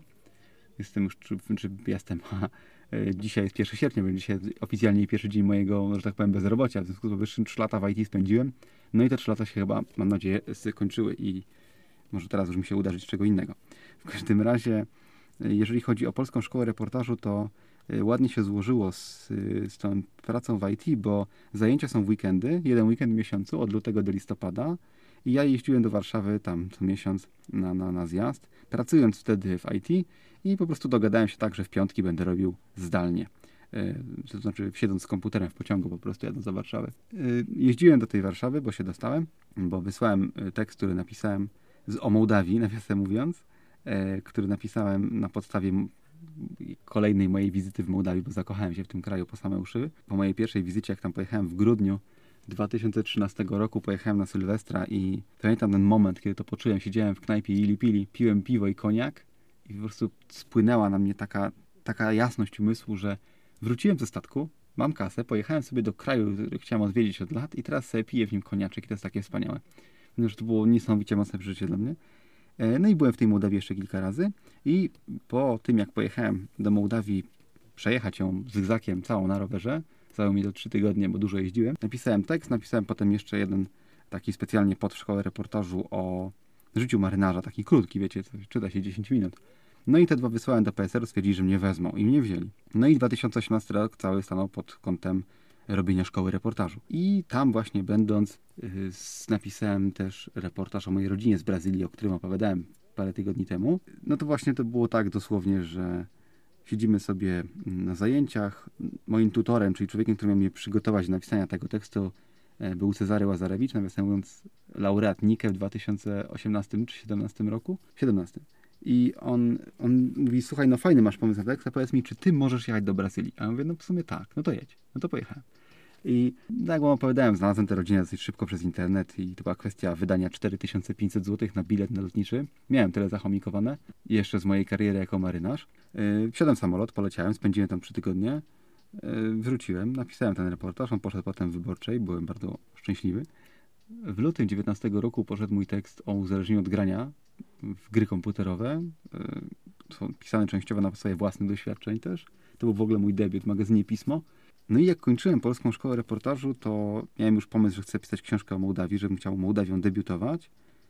Jestem, dzisiaj jest 1 sierpnia, będzie dzisiaj oficjalnie pierwszy dzień mojego, że tak powiem, bezrobocia. W związku z powyższym 3 lata w IT spędziłem. No i te 3 lata się chyba, mam nadzieję, skończyły i może teraz już mi się uda żyć czego innego. W każdym razie, jeżeli chodzi o Polską Szkołę Reportażu, to ładnie się złożyło z tą pracą w IT, bo zajęcia są w weekendy, jeden weekend w miesiącu, od lutego do listopada. I ja jeździłem do Warszawy tam co miesiąc na zjazd, pracując wtedy w IT i po prostu dogadałem się tak, że w piątki będę robił zdalnie. To znaczy siedząc z komputerem w pociągu po prostu jadąc do Warszawy. Jeździłem do tej Warszawy, bo się dostałem, bo wysłałem tekst, który napisałem o Mołdawii, nawiasem mówiąc, który napisałem na podstawie kolejnej mojej wizyty w Mołdawii, bo zakochałem się w tym kraju po same uszy. Po mojej pierwszej wizycie, jak tam pojechałem w grudniu 2013 roku, pojechałem na Sylwestra i pamiętam ten moment, kiedy to poczułem, siedziałem w knajpie Ili-Pili, piłem piwo i koniak i po prostu spłynęła na mnie taka jasność umysłu, że wróciłem ze statku, mam kasę, pojechałem sobie do kraju, który chciałem odwiedzić od lat i teraz sobie piję w nim koniaczek i to jest takie wspaniałe. Ponieważ to było niesamowicie mocne przeżycie dla mnie. No i byłem w tej Mołdawii jeszcze kilka razy i po tym, jak pojechałem do Mołdawii przejechać ją zygzakiem całą na rowerze, zajęło mi to 3 tygodnie, bo dużo jeździłem, napisałem tekst, napisałem potem jeszcze jeden taki specjalnie pod szkołę reportażu o życiu marynarza, taki krótki, wiecie, czyta się 10 minut. No i te 2 wysłałem do PSR-u, stwierdzili, że mnie wezmą i mnie wzięli. No i 2018 rok cały stanął pod kątem robienia szkoły reportażu. I tam właśnie będąc napisałem też reportaż o mojej rodzinie z Brazylii, o którym opowiadałem parę tygodni temu. No to właśnie to było tak dosłownie, że siedzimy sobie na zajęciach. Moim tutorem, czyli człowiekiem, który miał mnie przygotować do napisania tego tekstu, był Cezary Łazarewicz, nawiasem mówiąc laureat NIKE w 2018 czy 2017 roku. 17. I on mówi, słuchaj, no fajny masz pomysł na tekst, a powiedz mi, czy ty możesz jechać do Brazylii? A ja mówię, no w sumie tak, no to jedź. No to pojechałem. I jak wam opowiadałem, znalazłem tę rodzinę dosyć szybko przez internet i to była kwestia wydania 4500 zł na bilet na lotniczy. Miałem tyle zachomikowane, jeszcze z mojej kariery jako marynarz. Wsiadłem w samolot, poleciałem, spędziłem tam 3 tygodnie, wróciłem, napisałem ten reportaż, on poszedł potem w Wyborczej, byłem bardzo szczęśliwy. W lutym 19 roku poszedł mój tekst o uzależnieniu od grania w gry komputerowe. Pisany częściowo na podstawie własnych doświadczeń też. To był w ogóle mój debiut w magazynie Pismo. No i jak kończyłem Polską Szkołę Reportażu, to miałem już pomysł, że chcę pisać książkę o Mołdawii, żebym chciał Mołdawią debiutować.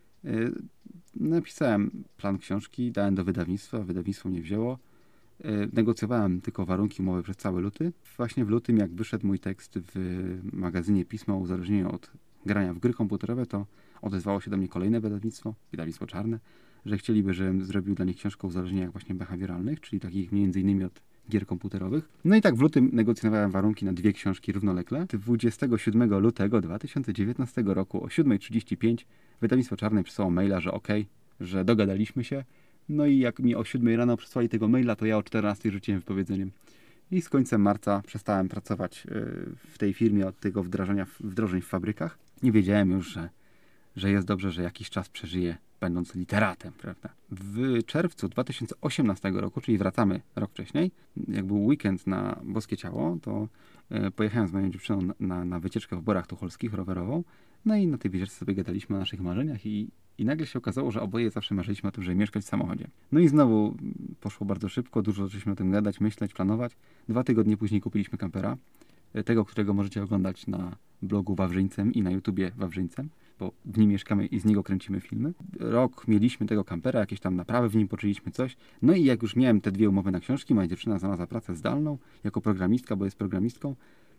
Napisałem plan książki, dałem do wydawnictwa, wydawnictwo mnie wzięło. Negocjowałem tylko warunki umowy przez cały luty. Właśnie w lutym, jak wyszedł mój tekst w magazynie Pismo o uzależnieniu od grania w gry komputerowe, to odezwało się do mnie kolejne wydawnictwo czarne, że chcieliby, żebym zrobił dla nich książkę o uzależnieniach właśnie behawioralnych, czyli takich między innymi od gier komputerowych. No i tak w lutym negocjowałem warunki na 2 książki równolegle. 27 lutego 2019 roku o 7:35 wydawnictwo czarne przysłało maila, że okej, że dogadaliśmy się. No i jak mi o 7 rano przysłali tego maila, to ja o 14 rzuciłem wypowiedzeniem. I z końcem marca przestałem pracować w tej firmie od tego wdrożeń w fabrykach. Nie wiedziałem już, że jest dobrze, że jakiś czas przeżyję, będąc literatem, prawda? W czerwcu 2018 roku, czyli wracamy rok wcześniej, jak był weekend na Boskie Ciało, to pojechałem z moją dziewczyną na wycieczkę w Borach Tucholskich rowerową. No i na tej wycieczce sobie gadaliśmy o naszych marzeniach i nagle się okazało, że oboje zawsze marzyliśmy o tym, żeby mieszkać w samochodzie. No i znowu poszło bardzo szybko, dużo zaczęliśmy o tym gadać, myśleć, planować. 2 tygodnie później kupiliśmy kampera, tego, którego możecie oglądać na blogu Wawrzyńcem i na YouTubie Wawrzyńcem, bo w nim mieszkamy i z niego kręcimy filmy. Rok mieliśmy tego kampera, jakieś tam naprawy w nim, poczęliśmy coś. No i jak już miałem te 2 umowy na książki, moja dziewczyna znalazła pracę zdalną jako programistka, bo jest programistką,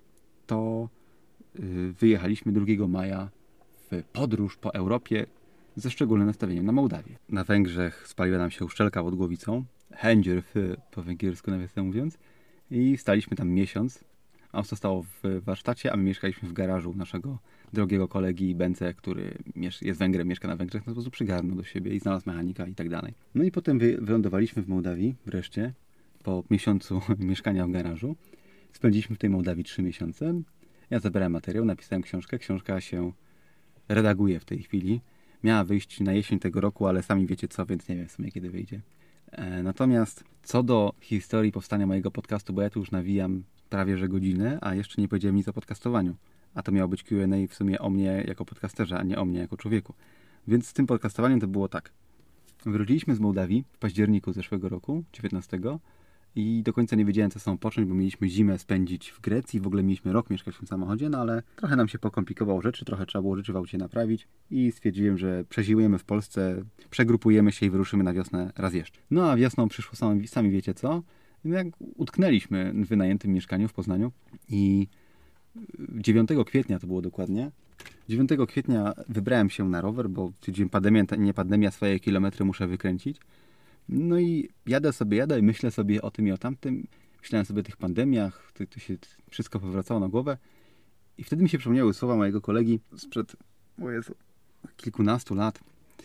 to wyjechaliśmy 2 maja w podróż po Europie ze szczególnym nastawieniem na Mołdawię. Na Węgrzech spaliła nam się uszczelka pod głowicą, Hędzierfy po węgiersku nawiasem mówiąc, i staliśmy tam miesiąc. Auto stało w warsztacie, a my mieszkaliśmy w garażu naszego drogiego kolegi Bence, który jest Węgrem, mieszka na Węgrzech, no po prostu przygarnął do siebie i znalazł mechanika i tak dalej. No i potem wylądowaliśmy w Mołdawii wreszcie, po miesiącu mieszkania w garażu. Spędziliśmy w tej Mołdawii 3 miesiące. Ja zabrałem materiał, napisałem książkę. Książka się redaguje w tej chwili. Miała wyjść na jesień tego roku, ale sami wiecie co, więc nie wiem w sumie kiedy wyjdzie. Natomiast co do historii powstania mojego podcastu, bo ja tu już nawijam prawie że godzinę, a jeszcze nie powiedziałem nic o podcastowaniu. A to miało być Q&A w sumie o mnie jako podcasterze, a nie o mnie jako człowieku. Więc z tym podcastowaniem to było tak. Wróciliśmy z Mołdawii w październiku zeszłego roku, 19. I do końca nie wiedziałem, co z sobą począć, bo mieliśmy zimę spędzić w Grecji. W ogóle mieliśmy rok mieszkać w tym samochodzie, no ale trochę nam się pokomplikowało rzeczy, trochę trzeba było rzeczy w aucie naprawić i stwierdziłem, że przeziłujemy w Polsce, przegrupujemy się i wyruszymy na wiosnę raz jeszcze. No a wiosną przyszło sami wiecie co, jak utknęliśmy w wynajętym mieszkaniu w Poznaniu i 9 kwietnia to było dokładnie. 9 kwietnia wybrałem się na rower, bo stwierdziłem, nie pandemia, swoje kilometry muszę wykręcić. No i jadę i myślę sobie o tym i o tamtym. Myślałem sobie o tych pandemiach, to się wszystko powracało na głowę. I wtedy mi się przypomniały słowa mojego kolegi sprzed kilkunastu lat,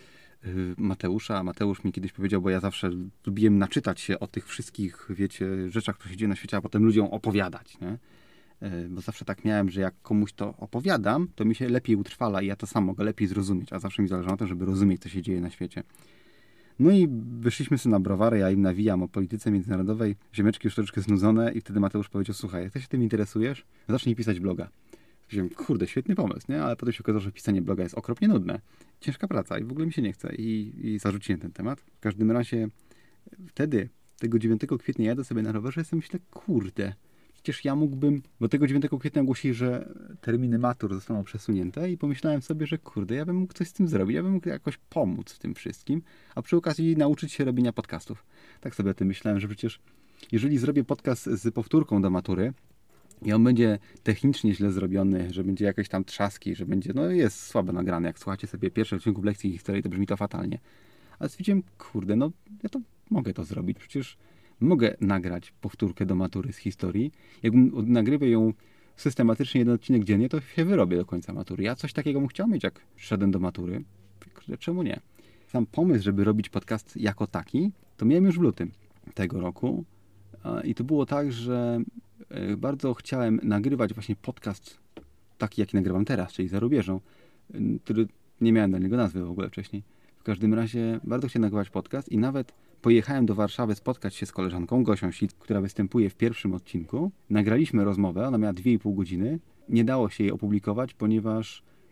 Mateusza. Mateusz mi kiedyś powiedział, bo ja zawsze lubiłem naczytać się o tych wszystkich, wiecie, rzeczach, które się dzieją na świecie, a potem ludziom opowiadać, nie? Bo zawsze tak miałem, że jak komuś to opowiadam, to mi się lepiej utrwala i ja to sam mogę lepiej zrozumieć, a zawsze mi zależało na tym, żeby rozumieć, co się dzieje na świecie. No i wyszliśmy sobie na browary, ja im nawijam o polityce międzynarodowej, ziemeczki już troszeczkę znudzone i wtedy Mateusz powiedział, słuchaj, jak ty się tym interesujesz, zacznij pisać bloga. Powiedziałem, kurde, świetny pomysł, nie? Ale potem się okazało, że pisanie bloga jest okropnie nudne. Ciężka praca i w ogóle mi się nie chce i zarzuciłem ten temat. W każdym razie wtedy, tego 9 kwietnia jadę sobie na rowerze i sobie myślę, kurde, przecież ja mógłbym, bo tego 9 kwietnia ogłosili, że terminy matur zostaną przesunięte i pomyślałem sobie, że kurde, ja bym mógł coś z tym zrobić, ja bym mógł jakoś pomóc w tym wszystkim, a przy okazji nauczyć się robienia podcastów. Tak sobie o tym myślałem, że przecież jeżeli zrobię podcast z powtórką do matury i on będzie technicznie źle zrobiony, że będzie jakieś tam trzaski, że będzie, no jest słabo nagrane, jak słuchacie sobie pierwszych odcinków lekcji historii, to brzmi to fatalnie. Ale stwierdziłem, kurde, no ja to mogę to zrobić, przecież mogę nagrać powtórkę do matury z historii. Jakbym nagrywał ją systematycznie 1 odcinek dziennie, to się wyrobię do końca matury. Ja coś takiego bym chciał mieć, jak szedłem do matury. Czemu nie? Sam pomysł, żeby robić podcast jako taki, to miałem już w lutym tego roku. I to było tak, że bardzo chciałem nagrywać właśnie podcast taki, jaki nagrywam teraz, czyli za rubieżą, który nie miałem dla niego nazwy w ogóle wcześniej. W każdym razie bardzo chciałem nagrywać podcast i nawet pojechałem do Warszawy spotkać się z koleżanką Gosią Sit, która występuje w pierwszym odcinku. Nagraliśmy rozmowę, ona miała 2,5 godziny. Nie dało się jej opublikować, ponieważ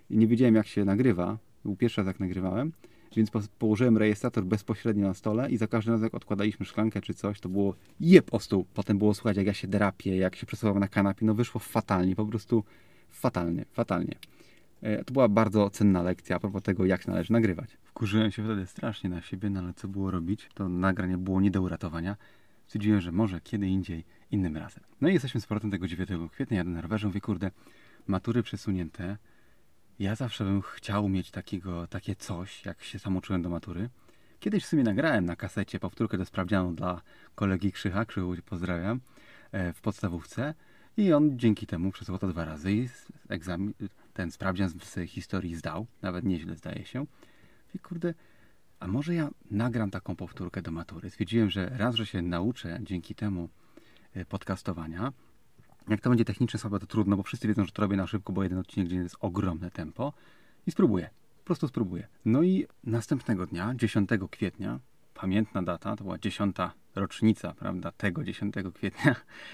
nie wiedziałem jak się nagrywa, był pierwszy raz jak nagrywałem, więc położyłem rejestrator bezpośrednio na stole i za każdym razem jak odkładaliśmy szklankę czy coś, to było jeb o stół. Potem było słuchać jak ja się drapię, jak się przesuwam na kanapie, no wyszło fatalnie, po prostu fatalnie. To była bardzo cenna lekcja a propos tego, jak należy nagrywać. Wkurzyłem się wtedy strasznie na siebie, no ale co było robić? To nagranie było nie do uratowania. Stwierdziłem, że może kiedy indziej, innym razem. No i jesteśmy z powrotem tego 9 kwietnia, jadę na rowerze, mówię, kurde, matury przesunięte. Ja zawsze bym chciał mieć takie coś, jak się sam uczyłem do matury. Kiedyś w sumie nagrałem na kasecie powtórkę do sprawdzianu dla kolegi Krzycha, Krzychu pozdrawiam, w podstawówce. I on dzięki temu przesłuchał to 2 razy i ten sprawdzian z historii zdał. Nawet nieźle zdaje się. I kurde, a może ja nagram taką powtórkę do matury. Stwierdziłem, że raz, że się nauczę dzięki temu podcastowania. Jak to będzie technicznie słabe, to trudno, bo wszyscy wiedzą, że to robię na szybko, bo jeden odcinek dziennie jest ogromne tempo. I spróbuję. Po prostu spróbuję. No i następnego dnia, 10 kwietnia, pamiętna data, to była 10. rocznica, prawda, tego 10 kwietnia,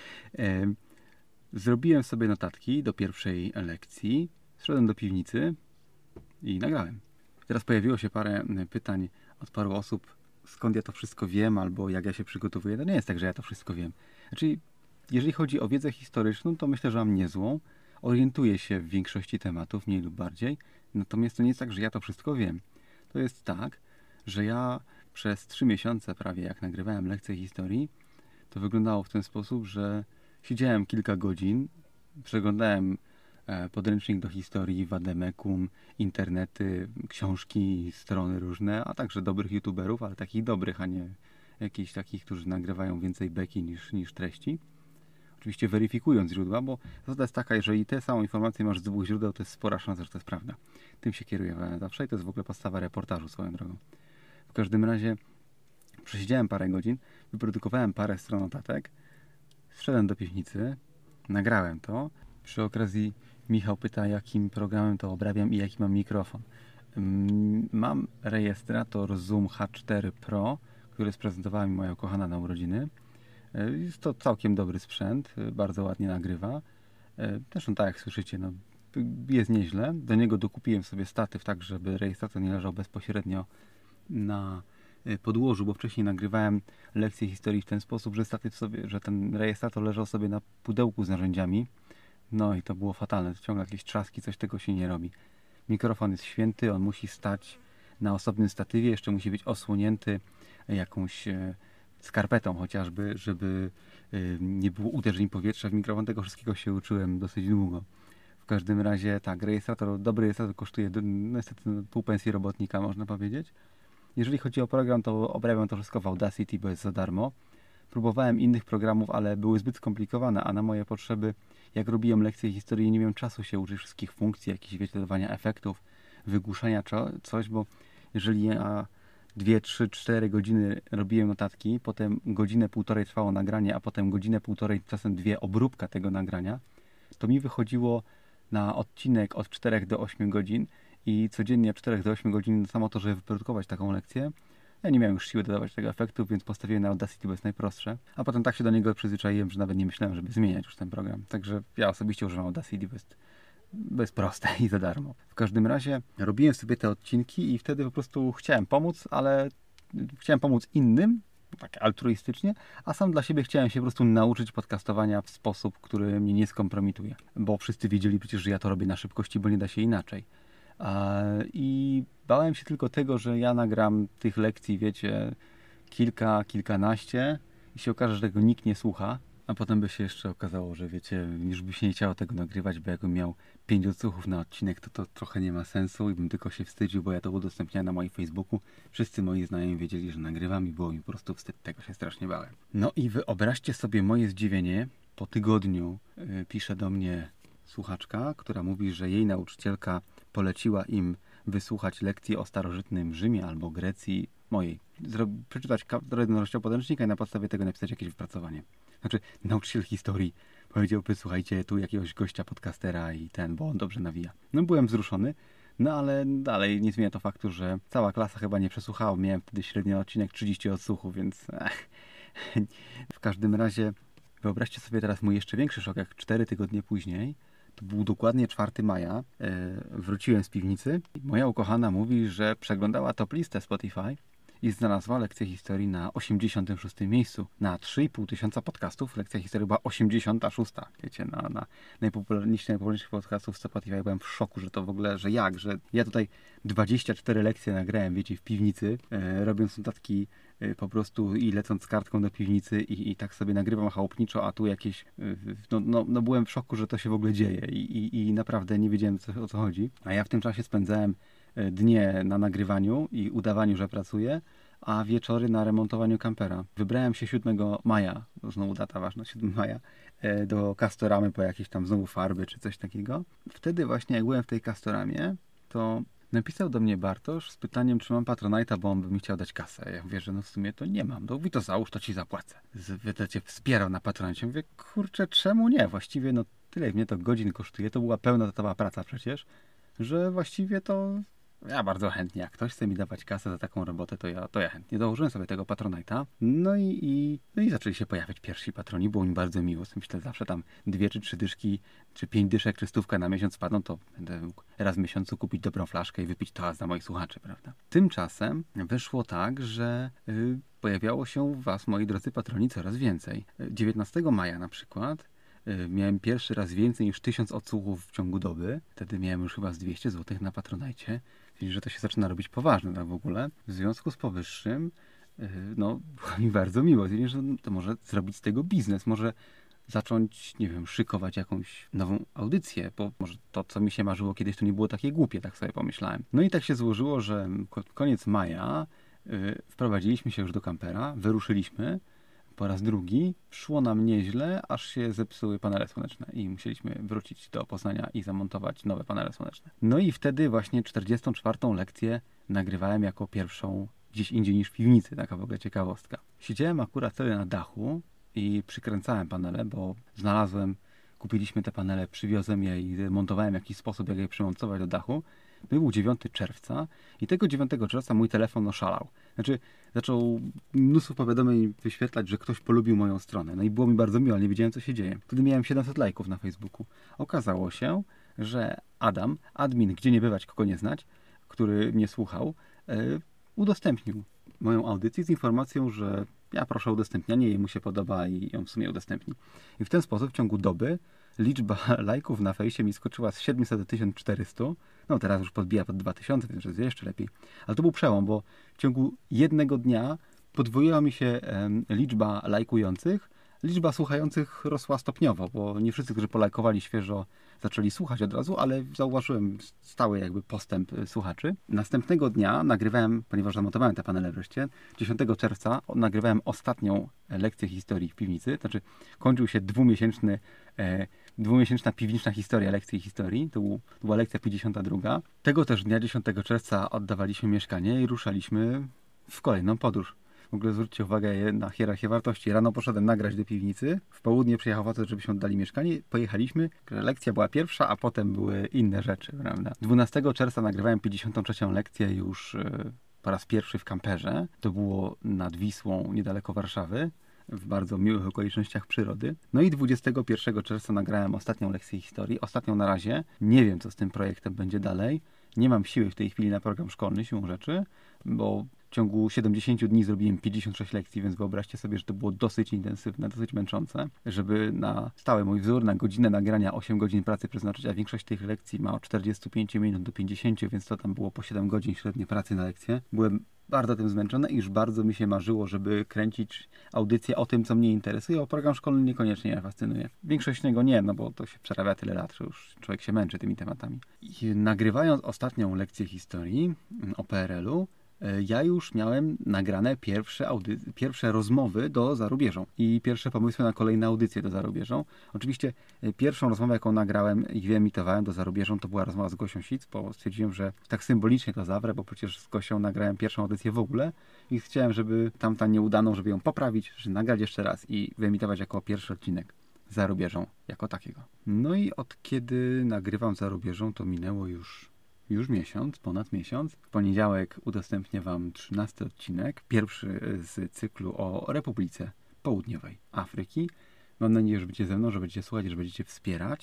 zrobiłem sobie notatki do pierwszej lekcji, zszedłem do piwnicy i nagrałem. Teraz pojawiło się parę pytań od paru osób, skąd ja to wszystko wiem, albo jak ja się przygotowuję. To nie jest tak, że ja to wszystko wiem. Znaczy, jeżeli chodzi o wiedzę historyczną, to myślę, że mam niezłą. Orientuję się w większości tematów, mniej lub bardziej. Natomiast to nie jest tak, że ja to wszystko wiem. To jest tak, że ja przez 3 miesiące prawie, jak nagrywałem lekcje historii, to wyglądało w ten sposób, że siedziałem kilka godzin, przeglądałem podręcznik do historii, Wademekum, internety, książki, strony różne, a także dobrych youtuberów, ale takich dobrych, a nie jakichś takich, którzy nagrywają więcej beki niż treści. Oczywiście weryfikując źródła, bo zasada jest taka, jeżeli tę samą informację masz z 2 źródeł, to jest spora szansa, że to jest prawda. Tym się kieruję zawsze i to jest w ogóle podstawa reportażu swoją drogą. W każdym razie przesiedziałem parę godzin, wyprodukowałem parę stron notatek, zszedłem do piwnicy, nagrałem to. Przy okazji Michał pyta, jakim programem to obrabiam i jaki mam mikrofon. Mam rejestrator Zoom H4 Pro, który sprezentowała mi moja ukochana na urodziny. Jest to całkiem dobry sprzęt, bardzo ładnie nagrywa. Zresztą tak jak słyszycie, no, jest nieźle. Do niego dokupiłem sobie statyw tak, żeby rejestrator nie leżał bezpośrednio na podłożu, bo wcześniej nagrywałem lekcje historii w ten sposób, że ten rejestrator leżał sobie na pudełku z narzędziami. No i to było fatalne, ciągle jakieś trzaski, coś tego się nie robi. Mikrofon jest święty, on musi stać na osobnym statywie, jeszcze musi być osłonięty jakąś skarpetą chociażby, żeby nie było uderzeń powietrza w mikrofon. Tego wszystkiego się uczyłem dosyć długo. W każdym razie tak, dobry rejestrator kosztuje niestety pół pensji robotnika, można powiedzieć. Jeżeli chodzi o program, to obrabiam to wszystko w Audacity, bo jest za darmo. Próbowałem innych programów, ale były zbyt skomplikowane, a na moje potrzeby, jak robiłem lekcje historii, nie miałem czasu się uczyć wszystkich funkcji, jakichś wyświetlowania efektów, wygłuszania coś, bo jeżeli ja 2, 3, 4 godziny robiłem notatki, potem godzinę, półtorej trwało nagranie, a potem godzinę, półtorej, czasem 2 obróbka tego nagrania, to mi wychodziło na odcinek od 4 do 8 godzin i codziennie od 4 do 8 godzin samo to, żeby wyprodukować taką lekcję. Ja nie miałem już siły dodawać tego efektu, więc postawiłem na Audacity, bo jest najprostsze. A potem tak się do niego przyzwyczaiłem, że nawet nie myślałem, żeby zmieniać już ten program. Także ja osobiście używam Audacity, bo jest proste i za darmo. W każdym razie robiłem sobie te odcinki i wtedy po prostu chciałem pomóc, ale chciałem pomóc innym, tak altruistycznie, a sam dla siebie chciałem się po prostu nauczyć podcastowania w sposób, który mnie nie skompromituje. Bo wszyscy wiedzieli przecież, że ja to robię na szybkości, bo nie da się inaczej. I bałem się tylko tego, że ja nagram tych lekcji, wiecie, kilkanaście i się okaże, że tego nikt nie słucha, a potem by się jeszcze okazało, że wiecie, już by się nie chciało tego nagrywać, bo jakbym miał 5 odsłuchów na odcinek, to trochę nie ma sensu i bym tylko się wstydził, bo ja to udostępniałem na moim Facebooku. Wszyscy moi znajomi wiedzieli, że nagrywam i było mi po prostu wstyd, tego się strasznie bałem. No i wyobraźcie sobie moje zdziwienie, po tygodniu pisze do mnie słuchaczka, która mówi, że jej nauczycielka poleciła im wysłuchać lekcji o starożytnym Rzymie albo Grecji mojej. Przeczytać jeden rozdział podręcznika i na podstawie tego napisać jakieś wypracowanie. Znaczy, nauczyciel historii powiedziałby, słuchajcie, tu jakiegoś gościa podcastera bo on dobrze nawija. No byłem wzruszony, no ale dalej nie zmienia to faktu, że cała klasa chyba nie przesłuchała. Miałem wtedy średnio odcinek 30 odsłuchów, więc w każdym razie wyobraźcie sobie teraz mój jeszcze większy szok, jak 4 tygodnie później To był dokładnie 4 maja. Wróciłem z piwnicy. Moja ukochana mówi, że przeglądała top listę Spotify i znalazła lekcję historii na 86 miejscu. Na 3,5 tysiąca podcastów lekcja historii była 86. Wiecie, na najpopularniejszych podcastów Spotify byłem w szoku, że to w ogóle, że ja tutaj 24 lekcje nagrałem, wiecie, w piwnicy, robiąc notatki po prostu i lecąc z kartką do piwnicy i tak sobie nagrywam chałupniczo, a tu jakieś, no byłem w szoku, że to się w ogóle dzieje i naprawdę nie wiedziałem o co chodzi. A ja w tym czasie spędzałem dnie na nagrywaniu i udawaniu, że pracuję, a wieczory na remontowaniu kampera. Wybrałem się 7 maja, to znowu data ważna, 7 maja, do Castoramy po jakieś tam znowu farby czy coś takiego. Wtedy właśnie jak byłem w tej Castoramie, to napisał do mnie Bartosz z pytaniem, czy mam Patronite'a, bo on by mi chciał dać kasę. Ja mówię, że no w sumie to nie mam. To mówi, to załóż, to ci zapłacę. Będę cię wspierał na Patronite. Mówię, kurczę, czemu nie? Właściwie no tyle mnie to godzin kosztuje. To była pełna tatowa praca przecież, że właściwie to ja bardzo chętnie, jak ktoś chce mi dawać kasę za taką robotę, to ja chętnie dołożyłem sobie tego Patronite'a. No i zaczęli się pojawiać pierwsi patroni, było mi bardzo miło. Myślę, zawsze tam 2 czy 3 dyszki, czy 5 dyszek, czy 100 na miesiąc spadną, to będę mógł raz w miesiącu kupić dobrą flaszkę i wypić toast dla moich słuchaczy, prawda? Tymczasem wyszło tak, że pojawiało się u was, moi drodzy patroni, coraz więcej. 19 maja na przykład miałem pierwszy raz więcej niż 1000 odsłuchów w ciągu doby. Wtedy miałem już chyba z 200 zł na Patronite. Czyli, że to się zaczyna robić poważne tak w ogóle. W związku z powyższym, no, było mi bardzo miło. Że to może zrobić z tego biznes. Może zacząć, nie wiem, szykować jakąś nową audycję, bo może to, co mi się marzyło kiedyś, to nie było takie głupie, tak sobie pomyślałem. No i tak się złożyło, że koniec maja wprowadziliśmy się już do kampera, wyruszyliśmy. Po raz drugi szło nam nieźle, aż się zepsuły panele słoneczne i musieliśmy wrócić do Poznania i zamontować nowe panele słoneczne. No i wtedy właśnie 44. lekcję nagrywałem jako pierwszą gdzieś indziej niż w piwnicy, taka w ogóle ciekawostka. Siedziałem akurat wtedy na dachu i przykręcałem panele, bo kupiliśmy te panele, przywiozłem je i montowałem w jakiś sposób, jak je przymontować do dachu. No i był 9 czerwca i tego 9 czerwca mój telefon oszalał. Znaczy, zaczął mnóstwo powiadomień wyświetlać, że ktoś polubił moją stronę. No i było mi bardzo miło, ale nie wiedziałem, co się dzieje. Wtedy miałem 700 lajków na Facebooku. Okazało się, że Adam, admin, gdzie nie bywać, kogo nie znać, który mnie słuchał, udostępnił moją audycję z informacją, że ja proszę o udostępnianie, jemu się podoba i ją w sumie udostępni. I w ten sposób w ciągu doby liczba lajków na fejsie mi skoczyła z 700 do 1400. No teraz już podbija pod 2000, więc jest jeszcze lepiej. Ale to był przełom, bo w ciągu jednego dnia podwoiła mi się liczba lajkujących. Liczba słuchających rosła stopniowo, bo nie wszyscy, którzy polajkowali świeżo, zaczęli słuchać od razu, ale zauważyłem stały jakby postęp słuchaczy. Następnego dnia nagrywałem, ponieważ zamontowałem te panele wreszcie, 10 czerwca nagrywałem ostatnią lekcję historii w piwnicy, znaczy kończył się dwumiesięczna piwniczna historia lekcji historii, to była lekcja 52. Tego też dnia 10 czerwca oddawaliśmy mieszkanie i ruszaliśmy w kolejną podróż. W ogóle zwróćcie uwagę na hierarchię wartości. Rano poszedłem nagrać do piwnicy, w południe przyjechał facet, żebyśmy oddali mieszkanie, pojechaliśmy, lekcja była pierwsza, a potem były inne rzeczy, prawda? 12 czerwca nagrywałem 53. lekcję już po raz pierwszy w kamperze. To było nad Wisłą, niedaleko Warszawy, w bardzo miłych okolicznościach przyrody. No i 21 czerwca nagrałem ostatnią lekcję historii, ostatnią na razie. Nie wiem, co z tym projektem będzie dalej. Nie mam siły w tej chwili na program szkolny, siłą rzeczy, bo w ciągu 70 dni zrobiłem 56 lekcji, więc wyobraźcie sobie, że to było dosyć intensywne, dosyć męczące, żeby na stały mój wzór, na godzinę nagrania 8 godzin pracy przeznaczyć, a większość tych lekcji ma od 45 minut do 50, więc to tam było po 7 godzin średniej pracy na lekcję. Byłem bardzo tym zmęczony i już bardzo mi się marzyło, żeby kręcić audycję o tym, co mnie interesuje, a program szkolny niekoniecznie mnie fascynuje. Większość niego nie, no bo to się przerabia tyle lat, że już człowiek się męczy tymi tematami. I nagrywając ostatnią lekcję historii o PRL-u, ja już miałem nagrane pierwsze rozmowy do Zarubieżą i pierwsze pomysły na kolejne audycje do Zarubieżą. Oczywiście pierwszą rozmowę, jaką nagrałem i wyemitowałem do Zarubieżą, to była rozmowa z Gosią Sic, bo stwierdziłem, że tak symbolicznie to zawrę, bo przecież z Gosią nagrałem pierwszą audycję w ogóle i chciałem, żeby tamta nieudaną, żeby ją poprawić, żeby nagrać jeszcze raz i wyemitować jako pierwszy odcinek Zarubieżą jako takiego. No i od kiedy nagrywam Zarubieżą, to minęło już miesiąc, ponad miesiąc. W poniedziałek udostępnię Wam 13 odcinek, pierwszy z cyklu o Republice Południowej Afryki. Mam nadzieję, że będziecie ze mną, że będziecie słuchać, że będziecie wspierać.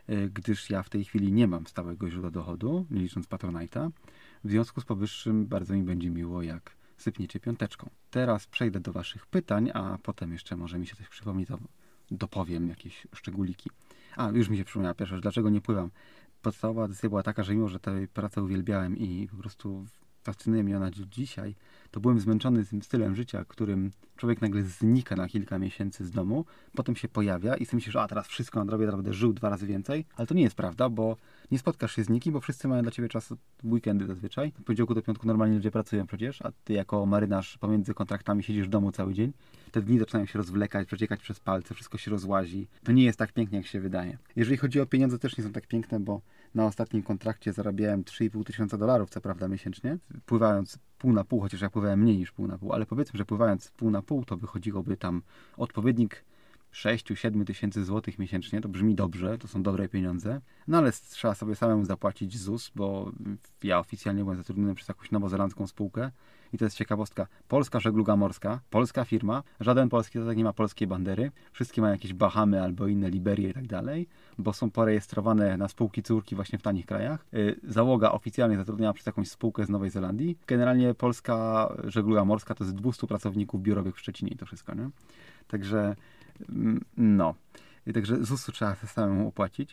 gdyż ja w tej chwili nie mam stałego źródła dochodu, nie licząc Patronite'a. W związku z powyższym bardzo mi będzie miło, jak sypniecie piąteczką. Teraz przejdę do waszych pytań, a potem jeszcze może mi się coś przypomni, to dopowiem jakieś szczególiki. Już mi się przypomniała pierwsza rzecz, dlaczego nie pływam. Podstawowa decyzja była taka, że mimo, że tę pracę uwielbiałem i po prostu fascynuje mnie ona dzisiaj, to byłem zmęczony tym stylem życia, którym człowiek nagle znika na kilka miesięcy z domu, potem się pojawia i sobie myślisz, że teraz wszystko nadrobię, teraz będę żył 2 razy więcej, ale to nie jest prawda, bo nie spotkasz się z nikim, bo wszyscy mają dla ciebie czas w weekendy zazwyczaj. Od poniedziałku do piątku normalnie ludzie pracują przecież, a ty jako marynarz pomiędzy kontraktami siedzisz w domu cały dzień. Te dni zaczynają się rozwlekać, przeciekać przez palce, wszystko się rozłazi. To nie jest tak pięknie, jak się wydaje. Jeżeli chodzi o pieniądze, też nie są tak piękne, bo na ostatnim kontrakcie zarabiałem $3,500, co prawda miesięcznie, pływając pół na pół, chociaż ja pływałem mniej niż pół na pół, ale powiedzmy, że pływając pół na pół, to wychodziłoby tam odpowiednik 6-7 tysięcy złotych miesięcznie. To brzmi dobrze, to są dobre pieniądze, no ale trzeba sobie samemu zapłacić ZUS, bo ja oficjalnie byłem zatrudniony przez jakąś nowozelandzką spółkę i to jest ciekawostka. Polska żegluga morska, polska firma, żaden polski statek nie ma polskiej bandery, wszystkie mają jakieś Bahamy albo inne Liberie i tak dalej, bo są porejestrowane na spółki córki właśnie w tanich krajach. Załoga oficjalnie zatrudniona przez jakąś spółkę z Nowej Zelandii. Generalnie polska żegluga morska to jest 200 pracowników biurowych w Szczecinie i to wszystko, nie? Także Także ZUS-u trzeba samemu opłacić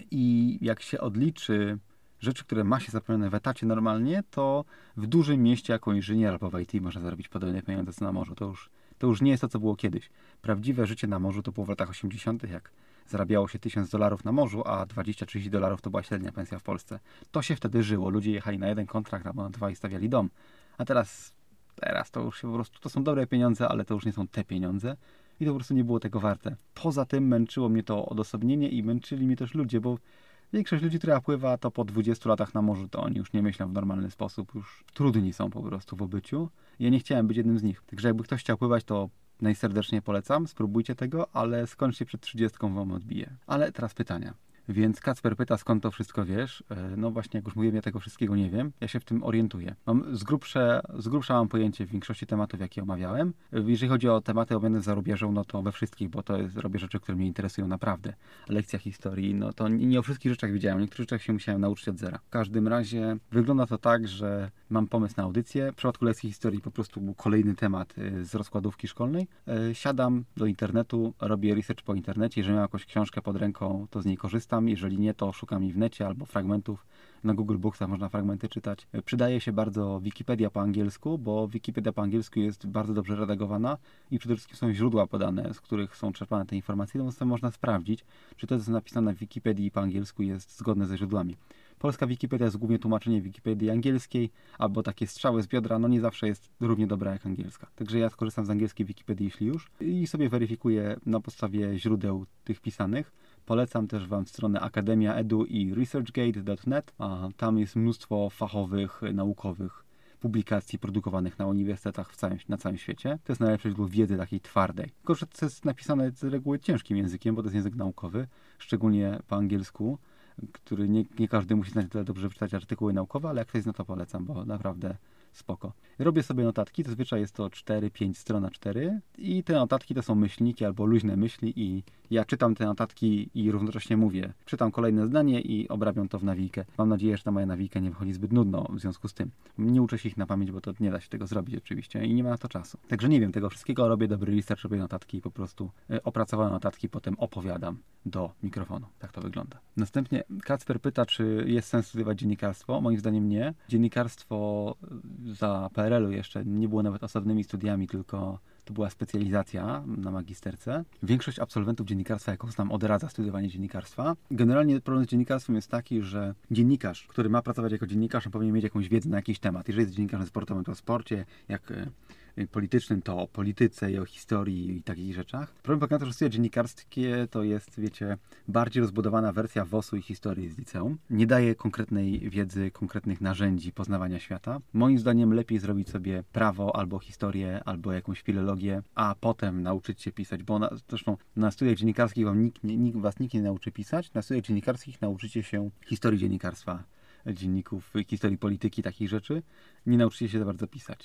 i jak się odliczy rzeczy, które ma się zapewnione w etacie normalnie, to w dużym mieście jako inżynier albo w IT można zarobić podobne pieniądze co na morzu. To już nie jest to, co było kiedyś. Prawdziwe życie na morzu to było w latach 80., jak zarabiało się $1000 na morzu, a $20-30 to była średnia pensja w Polsce. To się wtedy żyło. Ludzie jechali na 1 kontrakt albo na 2 i stawiali dom. A teraz to już się po prostu, to są dobre pieniądze, ale to już nie są te pieniądze. I to po prostu nie było tego warte. Poza tym męczyło mnie to odosobnienie i męczyli mnie też ludzie, bo większość ludzi, która pływa, to po 20 latach na morzu, to oni już nie myślą w normalny sposób, już trudni są po prostu w obyciu. Ja nie chciałem być jednym z nich. Także jakby ktoś chciał pływać, to najserdeczniej polecam, spróbujcie tego, ale skończcie przed 30, wam odbije. Ale teraz pytania. Więc Kacper pyta, skąd to wszystko wiesz? No właśnie, jak już mówiłem, ja tego wszystkiego nie wiem. Ja się w tym orientuję. Mam z grubsza mam pojęcie w większości tematów, jakie omawiałem. Jeżeli chodzi o tematy omawiane za rubieżą, no to we wszystkich, bo to robię rzeczy, które mnie interesują naprawdę. Lekcja historii, no to nie o wszystkich rzeczach wiedziałem. Niektórych rzeczach się musiałem nauczyć od zera. W każdym razie wygląda to tak, że mam pomysł na audycję. W przypadku lekcji historii po prostu był kolejny temat z rozkładówki szkolnej. Siadam do internetu, robię research po internecie. Jeżeli mam jakąś książkę pod ręką, to z niej korzystam. Jeżeli nie, to szukam jej w necie albo fragmentów. Na Google Booksach można fragmenty czytać. Przydaje się bardzo Wikipedia po angielsku, bo Wikipedia po angielsku jest bardzo dobrze redagowana i przede wszystkim są źródła podane, z których są czerpane te informacje, więc można sprawdzić, czy to, co jest napisane w Wikipedii po angielsku, jest zgodne ze źródłami. Polska Wikipedia jest głównie tłumaczeniem Wikipedii angielskiej, albo takie strzały z biodra, no nie zawsze jest równie dobra jak angielska. Także ja skorzystam z angielskiej Wikipedii, jeśli już, i sobie weryfikuję na podstawie źródeł tych pisanych. Polecam też wam stronę Akademia Edu i researchgate.net, a tam jest mnóstwo fachowych, naukowych publikacji produkowanych na uniwersytetach na całym świecie. To jest najlepsze źródło wiedzy takiej twardej. Tylko, że to jest napisane z reguły ciężkim językiem, bo to jest język naukowy, szczególnie po angielsku, który nie każdy musi znać tyle dobrze czytać artykuły naukowe, ale jak ktoś zna, to polecam, bo naprawdę spoko. Robię sobie notatki, zazwyczaj jest to 4-5 stron A4 i te notatki to są myślniki albo luźne myśli i ja czytam te notatki i równocześnie mówię. Czytam kolejne zdanie i obrabiam to w nawijkę. Mam nadzieję, że ta moja nawijka nie wychodzi zbyt nudno w związku z tym. Nie uczę się ich na pamięć, bo to nie da się tego zrobić oczywiście i nie ma na to czasu. Także nie wiem tego wszystkiego, robię dobry research, robię notatki i po prostu opracowane notatki potem opowiadam do mikrofonu. Tak to wygląda. Następnie Kacper pyta, czy jest sens studiować dziennikarstwo. Moim zdaniem nie. Dziennikarstwo za PRL-u jeszcze nie było nawet osobnymi studiami, tylko to była specjalizacja na magisterce. Większość absolwentów dziennikarstwa, jaką znam, odradza studiowanie dziennikarstwa. Generalnie problem z dziennikarstwem jest taki, że dziennikarz, który ma pracować jako dziennikarz, powinien mieć jakąś wiedzę na jakiś temat. Jeżeli jest dziennikarzem sportowym, to o sporcie, jak politycznym, to o polityce i o historii i takich rzeczach. Problem polega na tym, że studia dziennikarskie to jest, wiecie, bardziej rozbudowana wersja WOS-u i historii z liceum. Nie daje konkretnej wiedzy, konkretnych narzędzi poznawania świata. Moim zdaniem lepiej zrobić sobie prawo albo historię, albo jakąś filologię, a potem nauczyć się pisać, bo zresztą na studiach dziennikarskich was nikt nie nauczy pisać. Na studiach dziennikarskich nauczycie się historii dziennikarstwa, dzienników, historii polityki, takich rzeczy. Nie nauczycie się za bardzo pisać.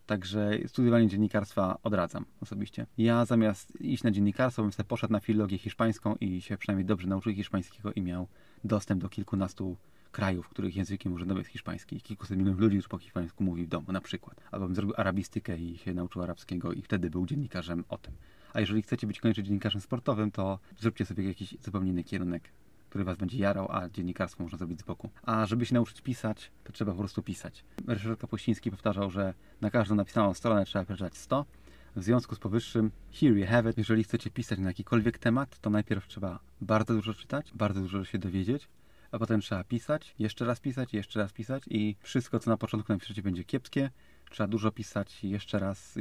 Także studiowanie dziennikarstwa odradzam osobiście. Ja zamiast iść na dziennikarstwo, bym sobie poszedł na filologię hiszpańską i się przynajmniej dobrze nauczył hiszpańskiego i miał dostęp do kilkunastu krajów, których językiem urzędowym jest hiszpański. Kilkuset milionów ludzi już po hiszpańsku mówi w domu na przykład. Albo bym zrobił arabistykę i się nauczył arabskiego i wtedy był dziennikarzem o tym. A jeżeli chcecie być koniecznie dziennikarzem sportowym, to zróbcie sobie jakiś zupełnie inny kierunek, który was będzie jarał, a dziennikarstwo można zrobić z boku. A żeby się nauczyć pisać, to trzeba po prostu pisać. Ryszard Kapuściński powtarzał, że na każdą napisaną stronę trzeba przeczytać 100. W związku z powyższym, here you have it. Jeżeli chcecie pisać na jakikolwiek temat, to najpierw trzeba bardzo dużo czytać, bardzo dużo się dowiedzieć, a potem trzeba pisać, jeszcze raz pisać, jeszcze raz pisać i wszystko, co na początku napiszecie, będzie kiepskie. Trzeba dużo pisać jeszcze raz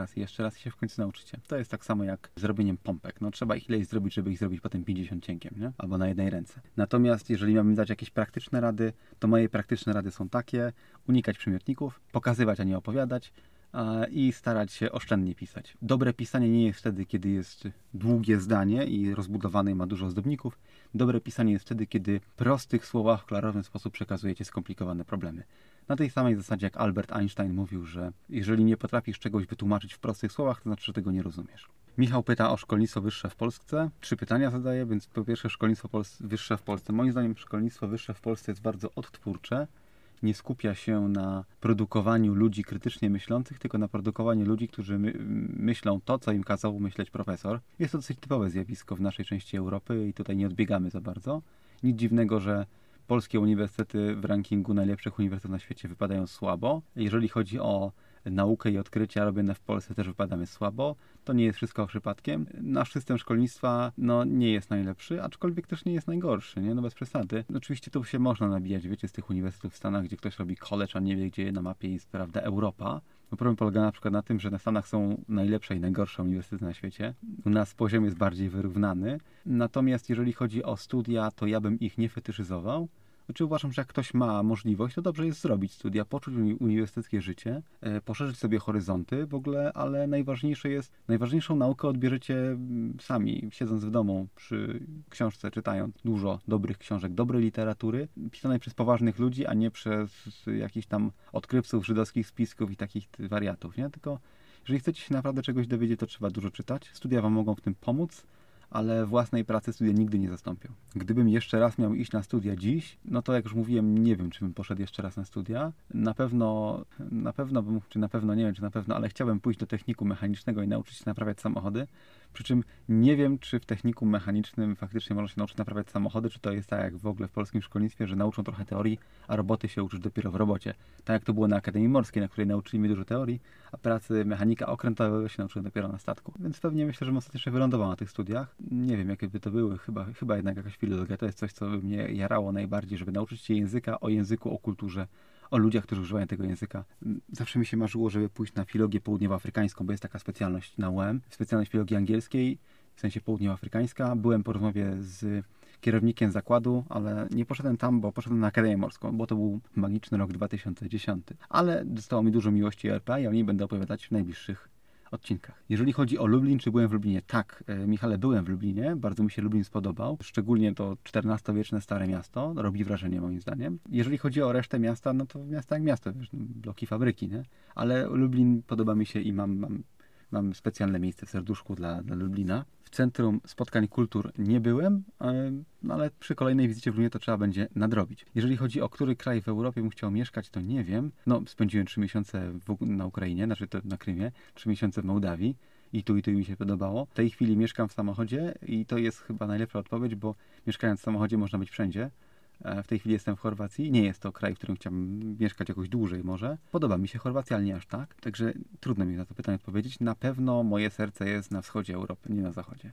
i się w końcu nauczycie. To jest tak samo jak z robieniem pompek. No trzeba ich ileś zrobić, żeby ich zrobić potem 50 cienkiem, nie? Albo na jednej ręce. Natomiast jeżeli mamy dać jakieś praktyczne rady, to moje praktyczne rady są takie: unikać przymiotników, pokazywać, a nie opowiadać i starać się oszczędnie pisać. Dobre pisanie nie jest wtedy, kiedy jest długie zdanie i rozbudowane i ma dużo ozdobników. Dobre pisanie jest wtedy, kiedy w prostych słowach, w klarowny sposób przekazujecie skomplikowane problemy. Na tej samej zasadzie jak Albert Einstein mówił, że jeżeli nie potrafisz czegoś wytłumaczyć w prostych słowach, to znaczy, że tego nie rozumiesz. Michał pyta o szkolnictwo wyższe w Polsce. 3 pytania zadaję, więc po pierwsze szkolnictwo wyższe w Polsce. Moim zdaniem szkolnictwo wyższe w Polsce jest bardzo odtwórcze. Nie skupia się na produkowaniu ludzi krytycznie myślących, tylko na produkowaniu ludzi, którzy myślą to, co im kazał myśleć profesor. Jest to dosyć typowe zjawisko w naszej części Europy i tutaj nie odbiegamy za bardzo. Nic dziwnego, że polskie uniwersytety w rankingu najlepszych uniwersytetów na świecie wypadają słabo. Jeżeli chodzi o naukę i odkrycia robione w Polsce, też wypadamy słabo. To nie jest wszystko przypadkiem. Nasz system szkolnictwa nie jest najlepszy, aczkolwiek też nie jest najgorszy, nie? No bez przesady. Oczywiście tu się można nabijać, wiecie, z tych uniwersytetów w Stanach, gdzie ktoś robi college, a nie wie, gdzie na mapie jest, prawda, Europa. No problem polega na przykład na tym, że na Stanach są najlepsze i najgorsze uniwersytety na świecie. U nas poziom jest bardziej wyrównany. Natomiast jeżeli chodzi o studia, to ja bym ich nie fetyszyzował. Znaczy uważam, że jak ktoś ma możliwość, to dobrze jest zrobić studia, poczuć uniwersyteckie życie, poszerzyć sobie horyzonty w ogóle, ale najważniejszą naukę odbierzecie sami, siedząc w domu przy książce, czytając dużo dobrych książek, dobrej literatury, pisanej przez poważnych ludzi, a nie przez jakichś tam odkrywców żydowskich spisków i takich wariatów, nie? Tylko jeżeli chcecie się naprawdę czegoś dowiedzieć, to trzeba dużo czytać. Studia wam mogą w tym pomóc, ale własnej pracy studia nigdy nie zastąpią. Gdybym jeszcze raz miał iść na studia dziś, no to jak już mówiłem, nie wiem, czy bym poszedł jeszcze raz na studia. Na pewno bym, czy na pewno, nie wiem, czy na pewno, ale chciałbym pójść do techniku mechanicznego i nauczyć się naprawiać samochody. Przy czym nie wiem, czy w techniku mechanicznym faktycznie można się nauczyć naprawiać samochody, czy to jest tak jak w ogóle w polskim szkolnictwie, że nauczą trochę teorii, a roboty się uczysz dopiero w robocie. Tak jak to było na Akademii Morskiej, na której nauczyli mnie dużo teorii, a pracy mechanika okrętowego się nauczyłem dopiero na statku. Więc pewnie myślę, że bym ostatecznie wylądował na tych studiach. Nie wiem, jakie by to były, chyba jednak jakaś filologia. To jest coś, co by mnie jarało najbardziej, żeby nauczyć się języka, o języku, o kulturze, o ludziach, którzy używają tego języka. Zawsze mi się marzyło, żeby pójść na filologię południowoafrykańską, bo jest taka specjalność na UEM, specjalność filologii angielskiej, w sensie południowoafrykańska. Byłem po rozmowie z kierownikiem zakładu, ale nie poszedłem tam, bo poszedłem na Akademię Morską, bo to był magiczny rok 2010. Ale dostało mi dużo miłości RP i o niej będę opowiadać w najbliższych odcinkach. Jeżeli chodzi o Lublin, czy byłem w Lublinie? Tak, Michale, byłem w Lublinie. Bardzo mi się Lublin spodobał. Szczególnie to XIV-wieczne stare miasto. Robi wrażenie moim zdaniem. Jeżeli chodzi o resztę miasta, no to miasto jak miasto, wiesz, bloki, fabryki, nie? Ale Lublin podoba mi się i mam specjalne miejsce w serduszku dla Lublina. W Centrum Spotkań Kultur nie byłem, ale przy kolejnej wizycie w Lublinie to trzeba będzie nadrobić. Jeżeli chodzi o który kraj w Europie bym chciał mieszkać, to nie wiem. No, spędziłem 3 miesiące na Ukrainie, znaczy to na Krymie, 3 miesiące w Mołdawii i tu mi się podobało. W tej chwili mieszkam w samochodzie i to jest chyba najlepsza odpowiedź, bo mieszkając w samochodzie można być wszędzie. W tej chwili jestem w Chorwacji. Nie jest to kraj, w którym chciałbym mieszkać jakoś dłużej może. Podoba mi się Chorwacja, ale nie aż tak. Także trudno mi na to pytanie odpowiedzieć. Na pewno moje serce jest na wschodzie Europy, nie na zachodzie.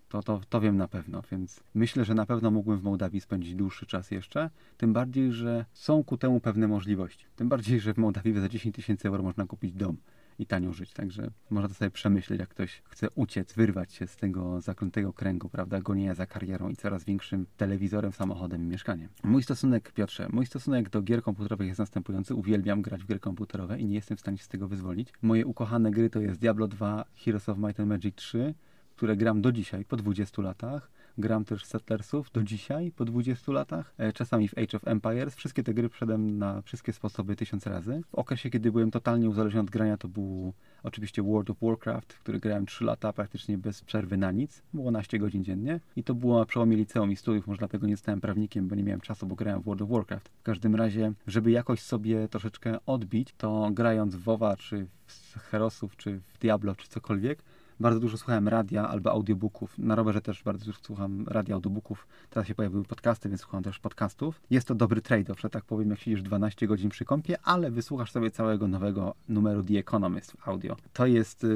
To wiem na pewno, więc myślę, że na pewno mógłbym w Mołdawii spędzić dłuższy czas jeszcze. Tym bardziej, że są ku temu pewne możliwości. Tym bardziej, że w Mołdawii za 10 000 euro można kupić dom i tanio żyć. Także można to sobie przemyśleć, jak ktoś chce uciec, wyrwać się z tego zaklętego kręgu, prawda, gonienia za karierą i coraz większym telewizorem, samochodem i mieszkaniem. Piotrze, mój stosunek do gier komputerowych jest następujący. Uwielbiam grać w gry komputerowe i nie jestem w stanie się z tego wyzwolić. Moje ukochane gry to jest Diablo 2, Heroes of Might and Magic 3, które gram do dzisiaj, po 20 latach. Gram też Settlersów do dzisiaj, po 20 latach. Czasami w Age of Empires. Wszystkie te gry przeszedłem na wszystkie sposoby 1000 razy. W okresie, kiedy byłem totalnie uzależniony od grania, to był oczywiście World of Warcraft, w który grałem 3 lata praktycznie bez przerwy na nic. Było 12 godzin dziennie. I to było na przełomie liceum i studiów. Może dlatego nie zostałem prawnikiem, bo nie miałem czasu, bo grałem w World of Warcraft. W każdym razie, żeby jakoś sobie troszeczkę odbić, to grając w WoWa, czy w Herosów, czy w Diablo, czy cokolwiek, bardzo dużo słuchałem radia albo audiobooków. Na rowerze też bardzo dużo słucham radia, audiobooków. Teraz się pojawiły podcasty, więc słucham też podcastów. Jest to dobry trade-off, że tak powiem, jak siedzisz 12 godzin przy kompie, ale wysłuchasz sobie całego nowego numeru The Economist w audio. To jest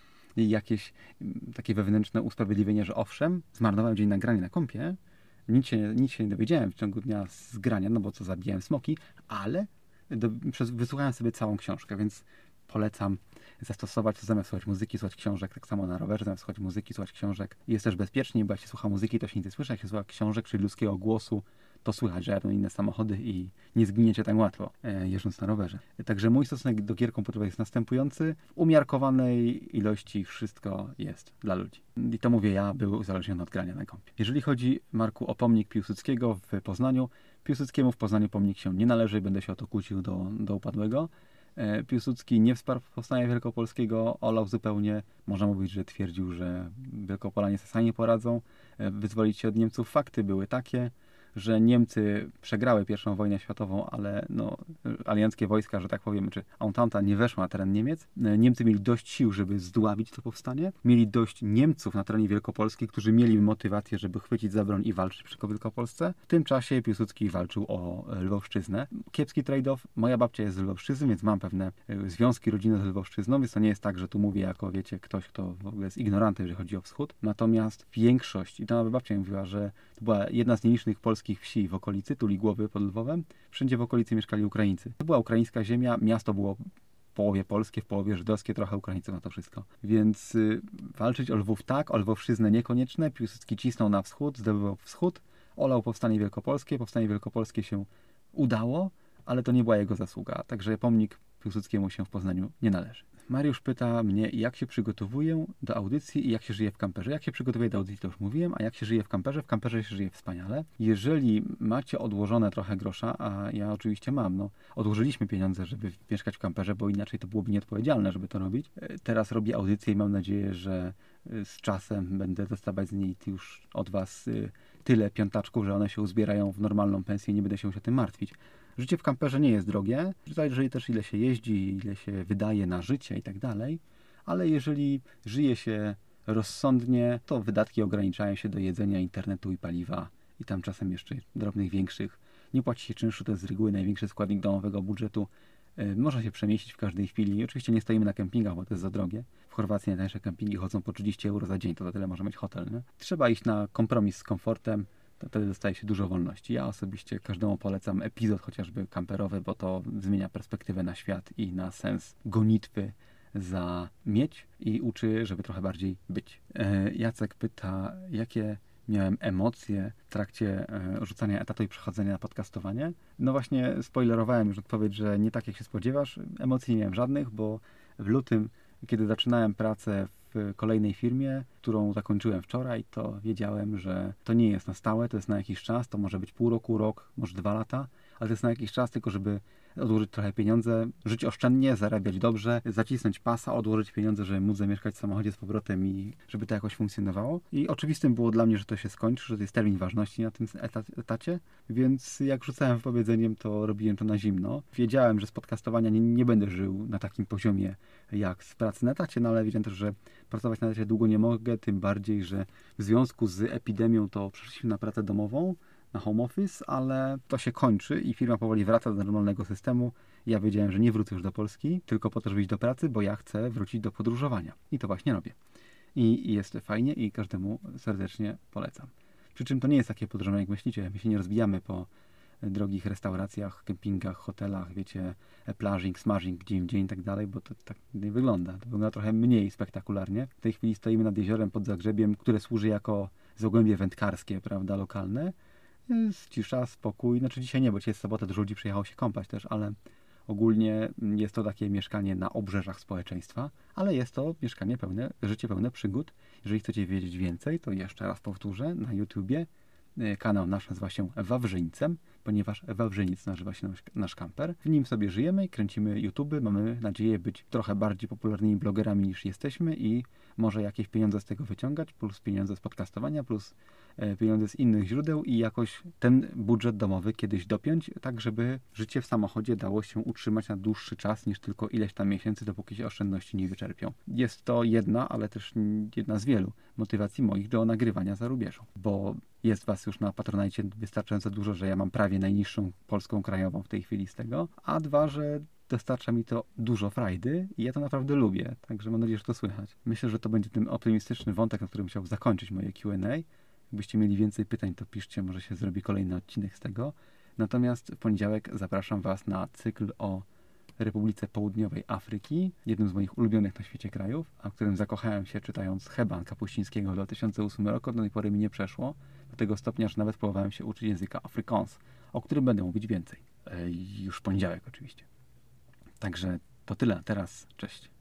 jakieś takie wewnętrzne usprawiedliwienie, że owszem, zmarnowałem dzień nagrania na kompie, nic się nie dowiedziałem w ciągu dnia z grania, no bo co, zabijałem smoki, ale wysłuchałem sobie całą książkę, więc polecam zastosować to zamiast słuchać muzyki, słuchać książek, tak samo na rowerze, zamiast słuchać muzyki, słuchać książek. Jest też bezpieczniej, bo jak się słucha muzyki, to się nic nie słyszy, jak się słucha książek, czyli ludzkiego głosu, to słychać, że jadą inne samochody i nie zginiecie tak łatwo, jeżdżąc na rowerze. Także mój stosunek do gier komputerowych jest następujący. W umiarkowanej ilości wszystko jest dla ludzi. I to mówię ja, był uzależniony od grania na kompie. Jeżeli chodzi, Marku, o pomnik Piłsudskiego w Poznaniu, Piłsudskiemu w Poznaniu pomnik się nie należy, będę się o to kłócił do upadłego. Piłsudski nie wsparł powstania wielkopolskiego, olał zupełnie. Można mówić, że twierdził, że Wielkopolanie sobie sami poradzą wyzwolić się od Niemców. Fakty były takie, że Niemcy przegrały I wojnę światową, ale no, alianckie wojska, że tak powiem, czy Entente nie weszła na teren Niemiec. Niemcy mieli dość sił, żeby zdławić to powstanie. Mieli dość Niemców na terenie Wielkopolski, którzy mieli motywację, żeby chwycić za broń i walczyć przeciwko Wielkopolsce. W tym czasie Piłsudski walczył o Lwowszczyznę. Kiepski trade-off. Moja babcia jest z Lwowszczyzny, więc mam pewne związki rodzinne z Lwowszczyzną, więc to nie jest tak, że tu mówię jako, wiecie, ktoś, kto w ogóle jest ignorantem, jeżeli chodzi o wschód. Natomiast większość, i to nawet babcia mi mówiła, że to była jedna z nielicznych polskich wsi w okolicy, tu Ligłowy pod Lwowem, wszędzie w okolicy mieszkali Ukraińcy. To była ukraińska ziemia, miasto było w połowie polskie, w połowie żydowskie, trochę Ukraińców na to wszystko. Więc walczyć o Lwów tak, o Lwowszczyznę niekoniecznie. Piłsudski cisnął na wschód, zdobywał wschód, olał powstanie wielkopolskie. Powstanie wielkopolskie się udało, ale to nie była jego zasługa. Także pomnik Piłsudskiemu się w Poznaniu nie należy. Mariusz pyta mnie, jak się przygotowuję do audycji i jak się żyje w kamperze. Jak się przygotowuję do audycji, to już mówiłem, a jak się żyje w kamperze się żyje wspaniale. Jeżeli macie odłożone trochę grosza, a ja oczywiście mam, no, odłożyliśmy pieniądze, żeby mieszkać w kamperze, bo inaczej to byłoby nieodpowiedzialne, żeby to robić. Teraz robię audycję i mam nadzieję, że z czasem będę dostawać z niej już od Was tyle piątaczków, że one się uzbierają w normalną pensję i nie będę się musiał tym martwić. Życie w kamperze nie jest drogie, zależy też ile się jeździ, ile się wydaje na życie i tak dalej, ale jeżeli żyje się rozsądnie, to wydatki ograniczają się do jedzenia, internetu i paliwa i tam czasem jeszcze drobnych większych. Nie płaci się czynszu, to jest z reguły największy składnik domowego budżetu. Można się przemieścić w każdej chwili. Oczywiście nie stoimy na kempingach, bo to jest za drogie. W Chorwacji najtańsze kempingi chodzą po 30 euro za dzień, to za tyle może mieć hotel. Nie? Trzeba iść na kompromis z komfortem, to wtedy dostaje się dużo wolności. Ja osobiście każdemu polecam epizod chociażby kamperowy, bo to zmienia perspektywę na świat i na sens gonitwy za mieć i uczy, żeby trochę bardziej być. Jacek pyta, jakie miałem emocje w trakcie rzucania etatu i przechodzenia na podcastowanie. No właśnie spoilerowałem już odpowiedź, że nie tak jak się spodziewasz. Emocji nie miałem żadnych, bo w lutym, kiedy zaczynałem pracę w kolejnej firmie, którą zakończyłem wczoraj, to wiedziałem, że to nie jest na stałe, to jest na jakiś czas, to może być pół roku, rok, może 2 lata, ale to jest na jakiś czas tylko, żeby odłożyć trochę pieniądze, żyć oszczędnie, zarabiać dobrze, zacisnąć pasa, odłożyć pieniądze, żeby móc zamieszkać w samochodzie z powrotem i żeby to jakoś funkcjonowało. I oczywistym było dla mnie, że to się skończy, że to jest termin ważności na tym etacie, więc jak rzucałem wypowiedzeniem, to robiłem to na zimno. Wiedziałem, że z podcastowania nie będę żył na takim poziomie jak z pracy na etacie, no ale wiedziałem też, że pracować na etacie długo nie mogę, tym bardziej, że w związku z epidemią to przeszliśmy na pracę domową, na home office, ale to się kończy i firma powoli wraca do normalnego systemu. Ja wiedziałem, że nie wrócę już do Polski, tylko po to, żeby iść do pracy, bo ja chcę wrócić do podróżowania. I to właśnie robię. I jest fajnie i każdemu serdecznie polecam. Przy czym to nie jest takie podróżowanie, jak myślicie. My się nie rozbijamy po drogich restauracjach, kempingach, hotelach, wiecie, plażing, smashing, dzień i tak dalej, bo to tak nie wygląda. To wygląda trochę mniej spektakularnie. W tej chwili stoimy nad jeziorem pod Zagrzebiem, które służy jako zagłębie wędkarskie, prawda, lokalne. Jest cisza, spokój. Znaczy dzisiaj nie, bo dzisiaj jest sobota, dużo ludzi przyjechało się kąpać też, ale Ogólnie jest to takie mieszkanie na obrzeżach społeczeństwa, ale jest to mieszkanie życie pełne przygód. Jeżeli chcecie wiedzieć więcej, to jeszcze raz powtórzę, na YouTubie kanał nasz nazywa się Wawrzyńcem, ponieważ Wawrzyniec nazywa się nasz kamper. W nim sobie żyjemy i kręcimy YouTuby. Mamy nadzieję być trochę bardziej popularnymi blogerami niż jesteśmy i może jakieś pieniądze z tego wyciągać, plus pieniądze z podcastowania, plus pieniądze z innych źródeł i jakoś ten budżet domowy kiedyś dopiąć, tak żeby życie w samochodzie dało się utrzymać na dłuższy czas niż tylko ileś tam miesięcy, dopóki się oszczędności nie wyczerpią. Jest to jedna, ale też jedna z wielu motywacji moich do nagrywania za rubieżą, bo jest was już na Patronite wystarczająco dużo, że ja mam prawie najniższą polską krajową w tej chwili z tego, a dwa, że dostarcza mi to dużo frajdy i ja to naprawdę lubię, także mam nadzieję, że to słychać. Myślę, że to będzie ten optymistyczny wątek, na którym chciałbym zakończyć moje Q&A. Jakbyście mieli więcej pytań, to piszcie, może się zrobi kolejny odcinek z tego. Natomiast w poniedziałek zapraszam was na cykl o Republice Południowej Afryki, jednym z moich ulubionych na świecie krajów, a w którym zakochałem się czytając Heban Kapuścińskiego w 2008 roku. Do tej pory mi nie przeszło, do tego stopnia, że nawet próbowałem się uczyć języka Afrikaans, o którym będę mówić więcej. Już w poniedziałek oczywiście. Także to tyle. Teraz cześć.